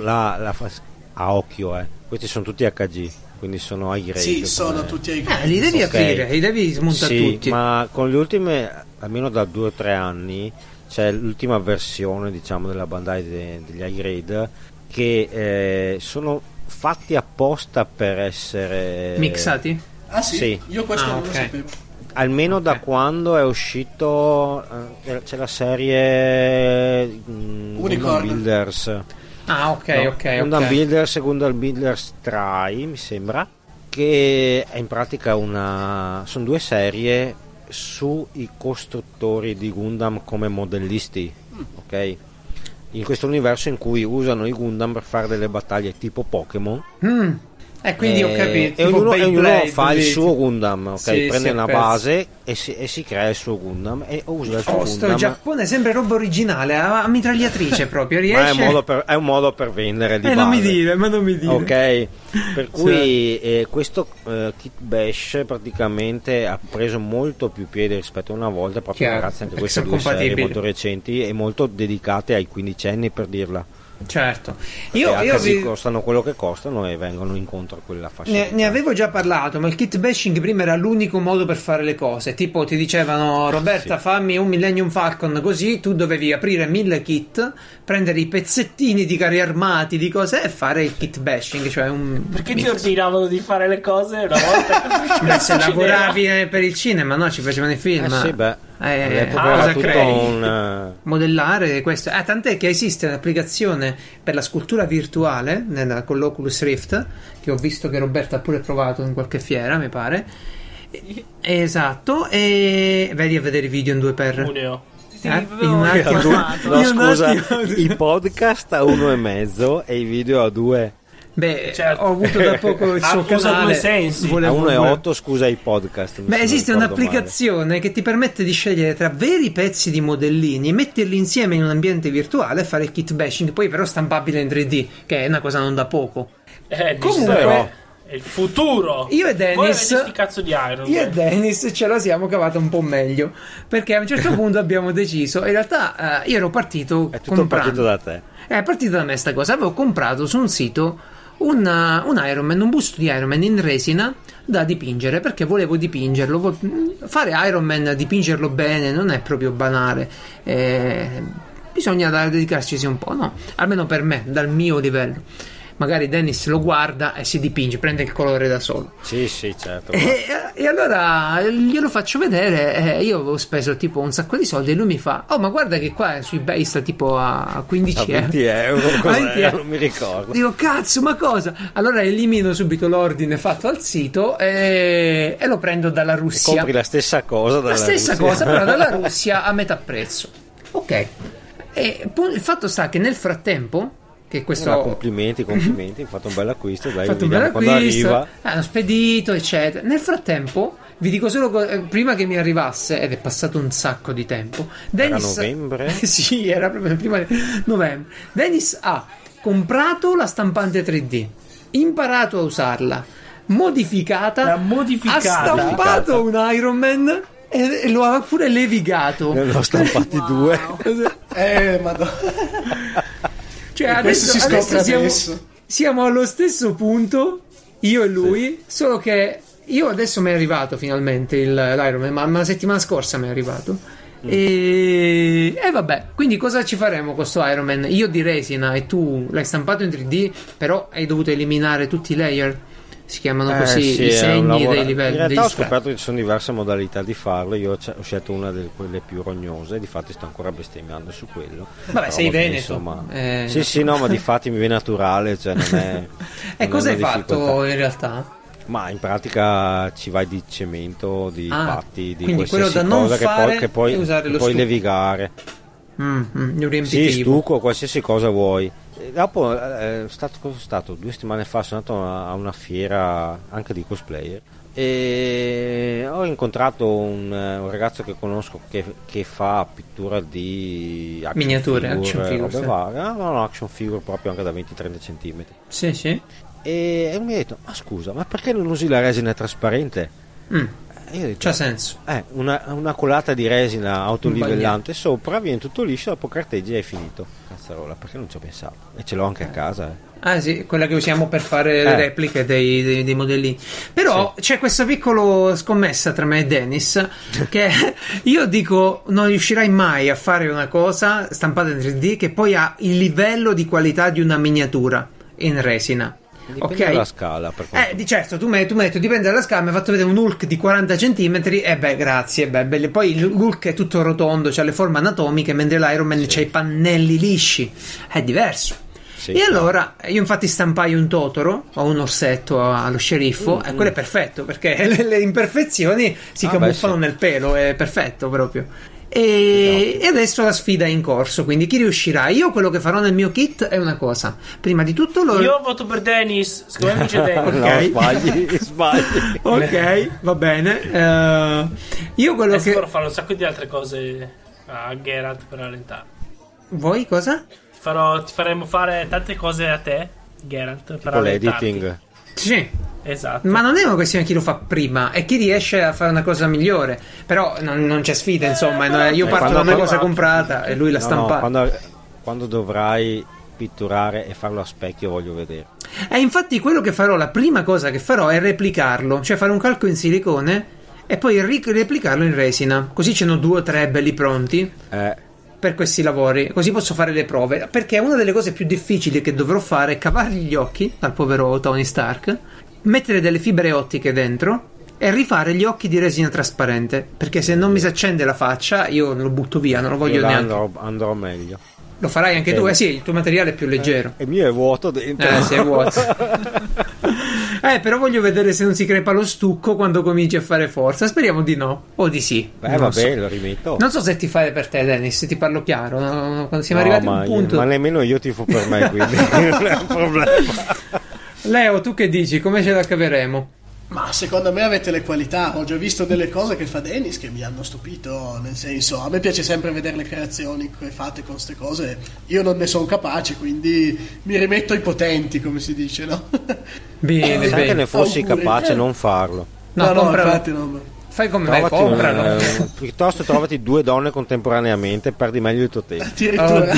a occhio, questi sono tutti HG, quindi sono high grade. Sì, sono tutti ai Li devi Ok. aprire, li devi smontare Sì, tutti. ma con le ultime, almeno da 2 o 3 anni, c'è l'ultima versione, diciamo, della Bandai degli high grade che sono fatti apposta per essere Mixati? Ah sì? Sì. Io questo Ah, non lo ok. sapevo. almeno da quando è uscito c'è la serie Gundam Unicorn. Builders. Ah, ok, No, ok. Gundam ok. Builders e Gundam Builders Try, mi sembra, che è in pratica sono 2 serie sui costruttori di Gundam come modellisti, ok? In questo universo in cui usano i Gundam per fare delle battaglie tipo Pokémon. Quindi ho capito. E tipo ognuno Beyblade, fa il lì. suo Gundam, ok? Sì, Prende sì, una penso. base e si crea il suo Gundam e usa il suo Oh, sto Gundam. Giappone sembra roba originale, a mitragliatrice proprio. Ma Riesce? è un modo per vendere di non mi base. dire, ma non mi dire. Ok, per cui questo Kit Bash praticamente ha preso molto più piede rispetto a una volta, proprio Chiaro, grazie anche a perché queste sono 2 serie compatibili. molto recenti e molto dedicate ai quindicenni, per dirla. Certo. E Io HG costano quello che costano e vengono incontro a quella fascia. ne avevo già parlato, ma il kit bashing prima era l'unico modo per fare le cose. Tipo ti dicevano Roberta fammi un Millennium Falcon, così tu dovevi aprire 1000 kit, prendere i pezzettini di carri armati, di cose e fare il kit bashing, cioè un Perché ti ordinavano di fare le cose una volta? Beh, se lavoravi per il cinema, no? Ci facevano i film. Sì, beh, all'epoca cosa era tutto crei? Modellare questo. Tant'è che esiste un'applicazione per la scultura virtuale con l'Oculus Rift, che ho visto che Roberta ha pure provato in qualche fiera, mi pare. Esatto, e vedi a vedere i video in 2x. Uneo. Sì, In proprio un attimo. informato. No, Io un scusa, attimo- i podcast a 1,5 e i video a 2. Beh, Certo. ho avuto da poco il suo Usa canale. 2 sensi. A Volevo- 1,8 scusa i podcast. Beh, esiste un'applicazione che ti permette di scegliere tra veri pezzi di modellini, metterli insieme in un ambiente virtuale e fare il kit bashing, poi però stampabile in 3D, che è una cosa non da poco. Comunque però. è il futuro. Io e Voi avete Dennis, sti cazzo di Iron io e Man. Dennis ce la siamo cavata un po' meglio, perché a un certo punto abbiamo deciso, in realtà io ero partito È tutto comprando. partito da te. È partita da me sta cosa. Avevo comprato su un sito un Iron Man, un busto di Iron Man in resina da dipingere, perché volevo dipingerlo. Fare Iron Man, dipingerlo bene, non è proprio banale. Bisogna dedicarci un po', no? Almeno per me, dal mio livello. Magari Dennis lo guarda e si dipinge, prende il colore da solo. Sì, certo. E allora glielo faccio vedere. Io avevo speso tipo un sacco di soldi e lui mi fa: oh, ma guarda che qua su eBay sta tipo a 15 A 20 euro, A cos'era? 20 euro. Non mi ricordo. Dico, cazzo, ma cosa? Allora elimino subito l'ordine fatto al sito e lo prendo dalla Russia. Compri la stessa cosa dalla La stessa Russia. cosa, però dalla Russia a metà prezzo. Ok. E il fatto sta che nel frattempo, che questo Complimenti, hai fatto un bel acquisto, dai, ho fatto un bel vediamo quando acquisto, arriva. hanno spedito, eccetera. Nel frattempo, vi dico solo prima che mi arrivasse, ed è passato un sacco di tempo. Dennis, novembre? Sì, era proprio prima di novembre. Dennis ha comprato la stampante 3D, imparato a usarla, modificata, L'ha modificata. ha stampato un Iron Man e lo ha pure levigato. Ne ho stampati 2. Madonna. Cioè, questo si scopre adesso. siamo allo stesso punto, io e lui, solo che io adesso mi è arrivato finalmente l'Iron Man, ma la settimana scorsa mi è arrivato. E vabbè, quindi cosa ci faremo con sto Iron Man? Io di resina e tu l'hai stampato in 3D, però hai dovuto eliminare tutti i layer. Si chiamano così sì, i è un segni lavoro- dei livelli. In realtà degli ho strati. scoperto che ci sono diverse modalità di farlo. Io ho scelto una delle quelle più rognose. Difatti sto ancora bestemmiando su quello. Vabbè, Però sei va bene, veneto. insomma. Eh. Sì, no, ma difatti mi viene naturale, cioè non è. E non cosa è hai una fatto difficoltà. in realtà? Ma in pratica ci vai di cemento, di patti, di quindi quello qualsiasi da non cosa fare che poi è usare lo puoi stucco. levigare. Un Sì, riempitivo. stucco, qualsiasi cosa vuoi. E dopo, cosa è stato? 2 settimane fa sono andato a una fiera anche di cosplayer e ho incontrato un ragazzo che conosco che fa pittura di action Miniature, figure, action figure, robe sì. varie. No, action figure proprio anche da 20-30 cm. Sì, sì. E mi ha detto: ma scusa, ma perché non usi la resina trasparente? E io ho detto, C'ha senso. una colata di resina autolivellante sopra, viene tutto liscio, dopo carteggi e è finito. Cazzarola, perché non ci ho pensato? E ce l'ho anche a casa. Ah sì, quella che usiamo per fare le repliche dei modellini. Però c'è questa piccola scommessa tra me e Dennis, che io dico non riuscirai mai a fare una cosa stampata in 3D che poi ha il livello di qualità di una miniatura in resina. Dipende dalla scala. Per quanto- Di certo, tu mi hai detto dipende dalla scala, mi hai fatto vedere un Hulk di 40 cm e beh, grazie, bello. Poi il Hulk è tutto rotondo, c'ha le forme anatomiche, mentre l'Iron Man c'ha i pannelli lisci, è diverso. Sì, E allora io infatti stampai un Totoro o un orsetto allo sceriffo e quello è perfetto perché le imperfezioni si camuffano nel pelo, è perfetto proprio. E adesso la sfida è in corso, quindi chi riuscirà? Io quello che farò nel mio kit è una cosa. Prima di tutto Io voto per Dennis, secondo me vince Dennis. No, sbagli. Ok, va bene. Io quello Adesso che però farò un sacco di altre cose a Geralt per rallentare. Voi cosa? Ti faremo fare tante cose a te, Geralt, per Tipo rallentarti. l'editing. Sì. Esatto. Ma non è una questione chi lo fa prima, è chi riesce a fare una cosa migliore. Però non c'è sfida, insomma. Io parto da una cosa comprata e lui la stampa. Quando dovrai pitturare e farlo a specchio voglio vedere. E infatti quello che farò, la prima cosa che farò è replicarlo, cioè fare un calco in silicone e poi replicarlo in resina. Così ce ne ho 2 o 3 belli pronti per questi lavori, così posso fare le prove. Perché una delle cose più difficili che dovrò fare è cavargli gli occhi al povero Tony Stark, mettere delle fibre ottiche dentro e rifare gli occhi di resina trasparente, perché se non mi si accende la faccia io lo butto via, non lo voglio Io neanche. andrò meglio. Lo farai anche tu? Sì, il tuo materiale è più leggero. Il mio è vuoto dentro. Sì, è vuoto. Però voglio vedere se non si crepa lo stucco quando cominci a fare forza. Speriamo di no, o di sì. Vabbè, lo rimetto. Non so se ti fai per te, Dennis, se ti parlo chiaro. Quando siamo arrivati a un punto. Ma nemmeno io tifo per me, quindi non è un problema. Leo, tu che dici? Come ce la caveremo? Ma secondo me avete le qualità. Ho già visto delle cose che fa Dennis che mi hanno stupito. Nel senso, a me piace sempre vedere le creazioni che fate con queste cose. Io non ne sono capace, quindi mi rimetto ai potenti, come si dice, no? Bene, Se anche ne fossi Auguri. capace, non farlo. No, compralo. infatti no. Fai come me, compralo. Piuttosto trovati 2 donne contemporaneamente, perdi meglio il tuo tempo. Addirittura.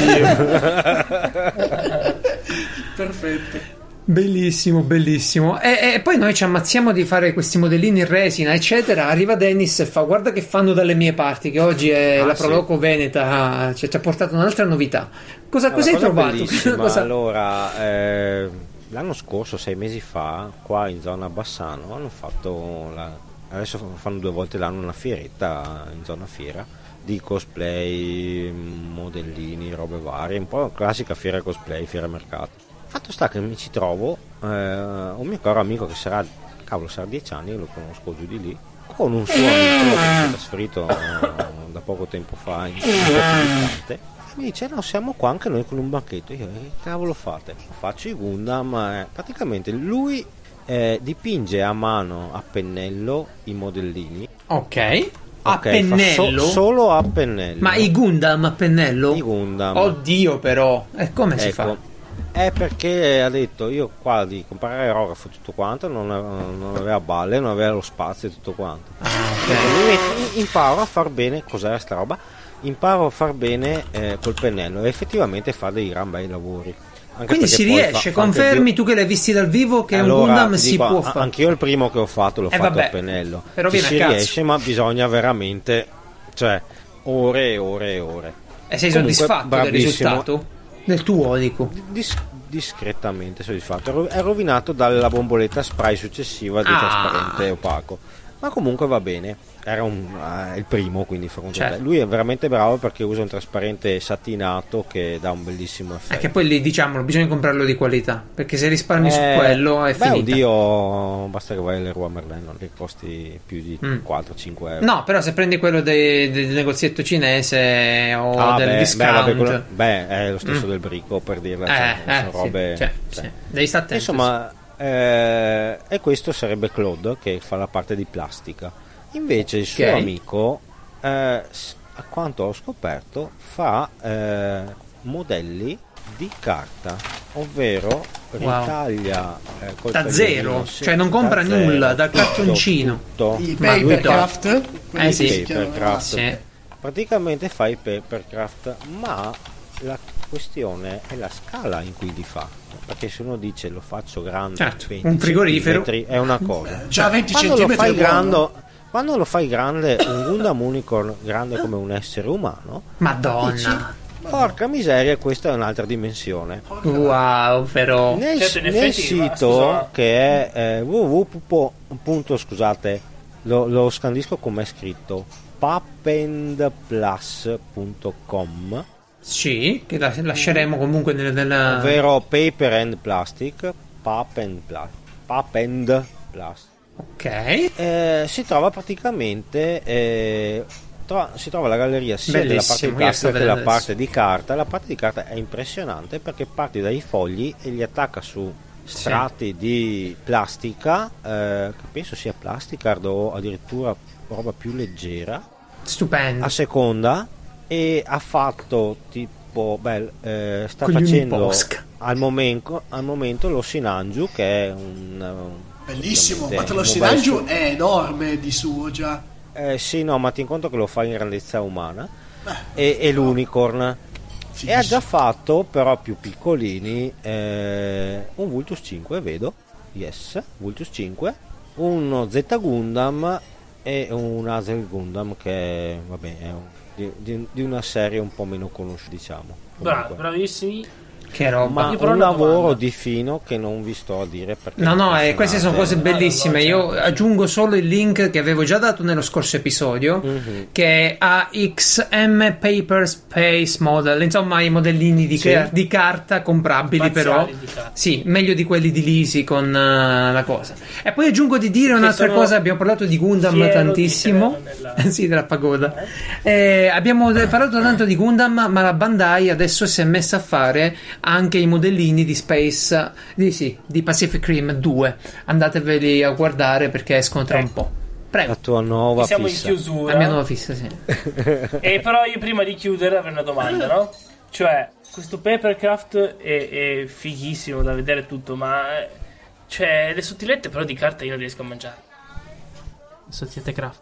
Perfetto. Bellissimo, bellissimo. E poi noi ci ammazziamo di fare questi modellini in resina, eccetera. Arriva Dennis e fa: guarda che fanno dalle mie parti, che oggi è la Proloco Veneta, ci ha portato un'altra novità. Cosa hai trovato? Allora, l'anno scorso, 6 mesi fa, qua in zona Bassano hanno fatto adesso fanno 2 volte l'anno una fieretta in zona fiera di cosplay, modellini, robe varie, un po' una classica fiera cosplay, fiera mercato. Fatto sta che mi ci trovo un mio caro amico che sarà 10 anni, lo conosco giù di lì, con un suo amico che si è trasferito da poco tempo fa in distante. Mi dice: no, siamo qua anche noi con un banchetto. Io: che cavolo fate? Faccio i Gundam. Praticamente lui dipinge a mano, a pennello, i modellini. Ok. A pennello? Solo a pennello. Ma i Gundam a pennello? I Gundam. Oddio, però. E come si fa? È perché ha detto: io qua di comprare aerografo tutto quanto non aveva balle, non aveva lo spazio e tutto quanto. Imparo a far bene. Cos'era sta roba? Imparo a far bene col pennello e effettivamente fa dei gran bei lavori. Anche quindi si riesce, confermi tu che l'hai visti dal vivo che allora, un Gundam si può fare? Anch'io il primo che ho fatto l'ho fatto a pennello. Però si riesce, ma bisogna veramente, cioè, ore e ore e ore. E sei soddisfatto del risultato? Del tuo, dico. Discretamente soddisfatto. È rovinato dalla bomboletta spray successiva di trasparente opaco, ma comunque va bene. Era il primo, quindi fa conto te. Lui è veramente bravo perché usa un trasparente satinato che dà un bellissimo effetto. Che poi lì, diciamolo, bisogna comprarlo di qualità, perché se risparmi su quello è finita. Oddio, basta che vai all'Leroy Merlin, non che costi più di 4-5 euro. No, però se prendi quello del negozietto cinese o del discount, è lo stesso del brico, per dirla. Sono robe. Sì. Devi stare attento. Insomma, e questo sarebbe Claude che fa la parte di plastica. Invece il suo amico, a quanto ho scoperto, fa modelli di carta, ovvero ritaglia da zero, cioè non compra nulla, dal cartoncino. I papercraft? Papercraft. Praticamente fa i papercraft, ma la questione è la scala in cui li fa. Perché se uno dice lo faccio grande, 20 un frigorifero è una cosa. Già 20 cm. Quando lo fai grande, un Gundam Unicorn grande come un essere umano, Madonna, porca miseria, questa è un'altra dimensione. Wow, però nel sito che è scusate, lo scandisco come è scritto, papandplus.com. Sì, che lasceremo comunque nella ovvero Paper and Plastic, Papand Plus. Ok. Si trova praticamente si trova la galleria sia della parte di plastica che della parte di carta. La parte di carta è impressionante perché parti dai fogli e li attacca su strati di plastica, che penso sia plasticard o addirittura roba più leggera, stupendo, a seconda, e ha fatto tipo sta con facendo al momento lo Sinanju, che è bellissimo, ma lo Sinanju è enorme di suo già. Sì, no, ma ti incontro che lo fa in grandezza umana. E l'Unicorn. Fighissimo. E ha già fatto, però più piccolini, un Vultus 5, vedo. Yes, Vultus 5, uno Z Gundam e un Hazel Gundam, che vabbè è di una serie un po' meno conosciuta, diciamo. Bravissimi. Che roba. Ma un lavoro di fino che non vi sto a dire perché queste sono cose bellissime. Io aggiungo solo il link che avevo già dato nello scorso episodio, che è AXM Paper Space Model, insomma i modellini di carta comprabili, però sì, meglio di quelli di Lisi con la cosa. E poi aggiungo di dire un'altra cosa, abbiamo parlato di Gundam tantissimo, sì, della pagoda, abbiamo parlato tanto di Gundam, ma la Bandai adesso si è messa a fare anche i modellini di Space di Pacific Rim 2. Andateveli a guardare perché escono tra un po'. Prego. La tua nuova siamo fissa. in chiusura. La mia nuova fissa, sì. E però io prima di chiudere avrei una domanda, no? Cioè, questo papercraft è fighissimo da vedere tutto, ma cioè le sottilette però di carta io non riesco a mangiare. Le sottilette craft.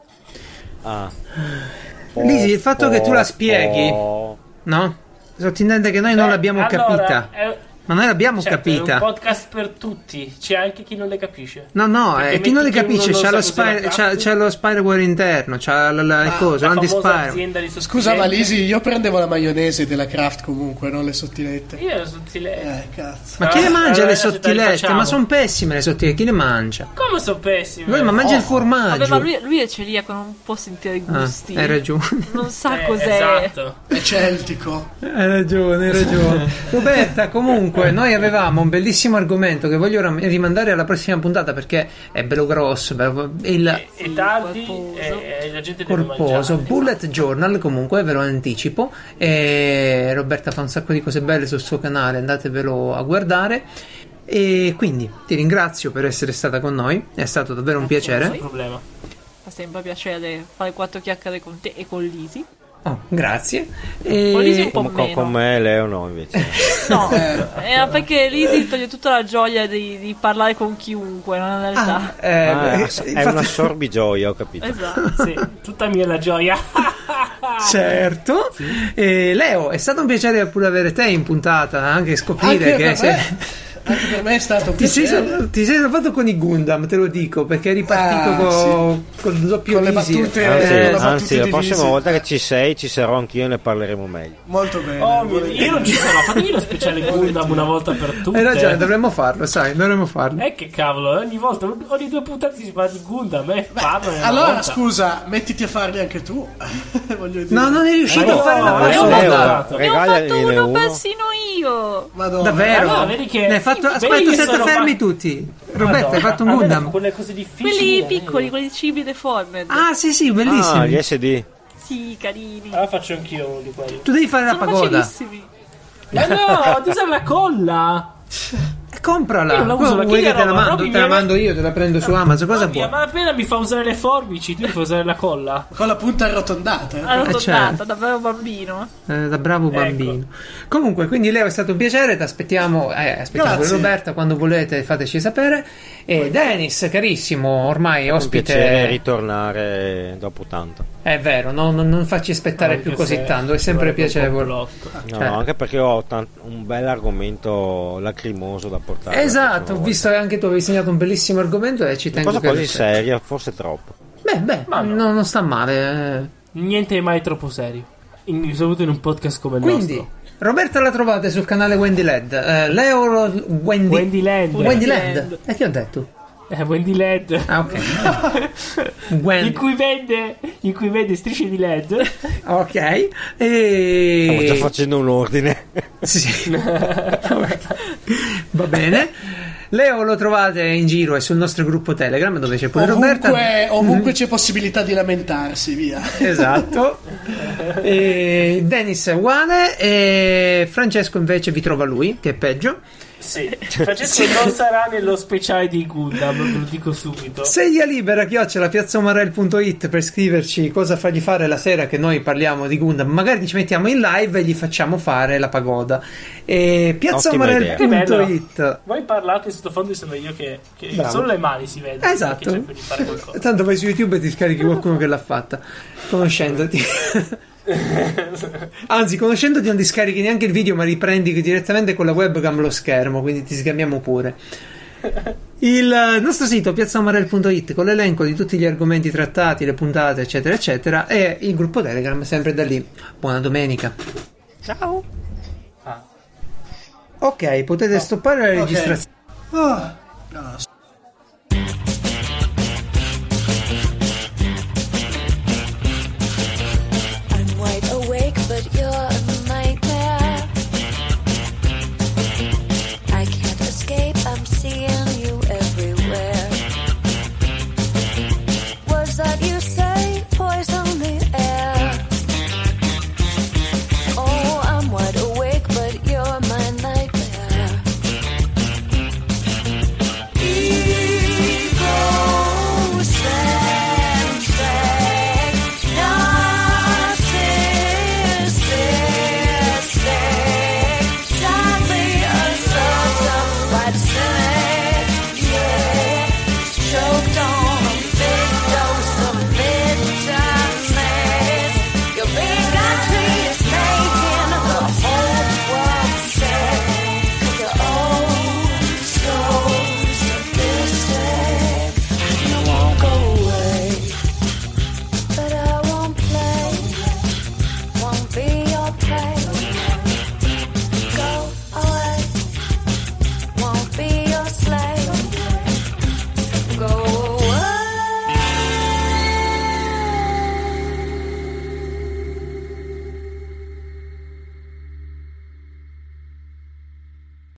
Lisi, il fatto che tu la spieghi, no? Sottintende che noi non l'abbiamo capita. Ma noi l'abbiamo capita. È un podcast per tutti, c'è anche chi non le capisce. No, chi non le capisce c'ha lo spyware interno, c'ha il coso, l'anti-spyware. Scusa, ma Lisi, io prendevo la maionese della Kraft comunque, non le sottilette. Io le sottilette. Cazzo. Ma chi le mangia le sottilette? Ma sono pessime le sottilette, chi le mangia? Come sono pessime? Ma mangia il formaggio. Vabbè, ma lui è celiaco, non può sentire i gusti. Hai ragione. Non sa cos'è. Esatto. È celtico. Hai ragione. Roberta, comunque noi avevamo un bellissimo argomento che voglio rimandare alla prossima puntata perché è bello grosso, è tardi e la gente deve corposo. mangiare. Bullet Journal, comunque ve lo anticipo, e Roberta fa un sacco di cose belle sul suo canale, andatevelo a guardare. E quindi ti ringrazio per essere stata con noi, è stato davvero un piacere. Non c'è problema. Fa sempre piacere fare 4 chiacchiere con te e con Lisi. Oh, grazie. Lisi un po' meno. Con me Leo no, invece. No, perché Lisi toglie tutta la gioia di parlare con chiunque, non è la realtà. È una sorbigioia, ho capito. Esatto. Sì, tutta mia la gioia. Certo. Leo, è stato un piacere pure avere te in puntata, anche scoprire anche Anche per me è stato un Ti sei piacere. salvato con i Gundam, te lo dico, perché eri partito con il doppio Con le Lisi. battute. Anzi, la prossima divise. volta che ci sarò anch'io e ne parleremo meglio. Molto bene. Oh, io non ci sarò. Fatemi lo speciale Gundam una volta per tutte. Hai ragione, dovremmo farlo, sai, dovremmo farlo. Che cavolo, ogni volta, ogni 2 puntate si parla di Gundam, parlane una Allora, volta. scusa, mettiti a farli anche tu. Voglio dire. No, non è riuscito Ma a fare la no, pagoda. io ho Leo, fatto. Ne ho fatto regalagliene uno uno. persino io. Madonna. Davvero? Allora, vedi che- Ne hai fatto... vedi Aspetta, che aspetta, sono fermi fa- tutti. Roberto, hai Madonna, fatto un a me Gundam? quelle cose difficili. Quelli piccoli, quelli cibi deformed. Ah, sì, bellissimo. Ah, gli SD. Sì, carini. Allora faccio anch'io uno di quelli. Tu devi fare la Sono pagoda. facilissimi. Ma no, tu sei la colla. Comprala. Io la uso, la Vuoi che chiede te la roba, mando? Robby Te la mi- mando io, te la prendo su Amazon. Cosa Oddio, vuoi? ma appena mi fa usare le forbici, tu mi fai usare la colla. Con la punta arrotondata. Arrotondata, certo. davvero bambino. Da bravo bambino. Comunque, quindi Leo è stato un piacere. Ti aspettiamo. Aspettiamo Grazie. Roberta quando volete, fateci sapere. E Dennis, carissimo, ormai Un piacere ospite. ritornare dopo tanto. È vero, non facci aspettare più così tanto. È sempre piacevole. No, Cioè. no, anche perché ho un bel argomento lacrimoso da portare. la Esatto, prossima ho visto che anche tu avevi segnato un bellissimo argomento e ci volta. tengo Una che cosa lo quasi sai. seria, forse troppo. Beh, Ma no. non sta male. Niente è mai troppo serio. Soprattutto in un podcast come il Quindi, nostro. Roberta la trovate sul canale Wendy Led. Leo Wendy Land. Wendy Led. E che ho detto? Wendy LED. Ah, ok. Wendy. In cui vede strisce di LED. Ok. Stiamo E... già facendo un ordine. Sì. Va bene. Leo lo trovate in giro e sul nostro gruppo Telegram dove c'è pure Roberta. Ovunque c'è possibilità di lamentarsi, via. Esatto. E Dennis è uguale e Francesco invece vi trova lui, che è peggio. Sì. Francesco non sarà nello speciale di Gundam, ve lo dico subito. Sedia libera @piazzaomarel.it per scriverci cosa fargli fare la sera che noi parliamo di Gundam. Magari ci mettiamo in live e gli facciamo fare la pagoda. E piazzaomarel.it. Voi parlate in sottofondo e sono io che Bravo. solo le mani si vede. Esatto. Che cerco di fare qualcosa. Tanto vai su YouTube e ti scarichi qualcuno che l'ha fatta, conoscendoti. Anzi, conoscendoti non ti scarichi neanche il video, ma riprendi direttamente con la webcam lo schermo, quindi ti scambiamo pure. Il nostro sito piazzaomarel.it con l'elenco di tutti gli argomenti trattati, le puntate, eccetera, eccetera, e il gruppo Telegram sempre da lì. Buona domenica. Ciao. Ok, potete stoppare la registrazione. Oh, no.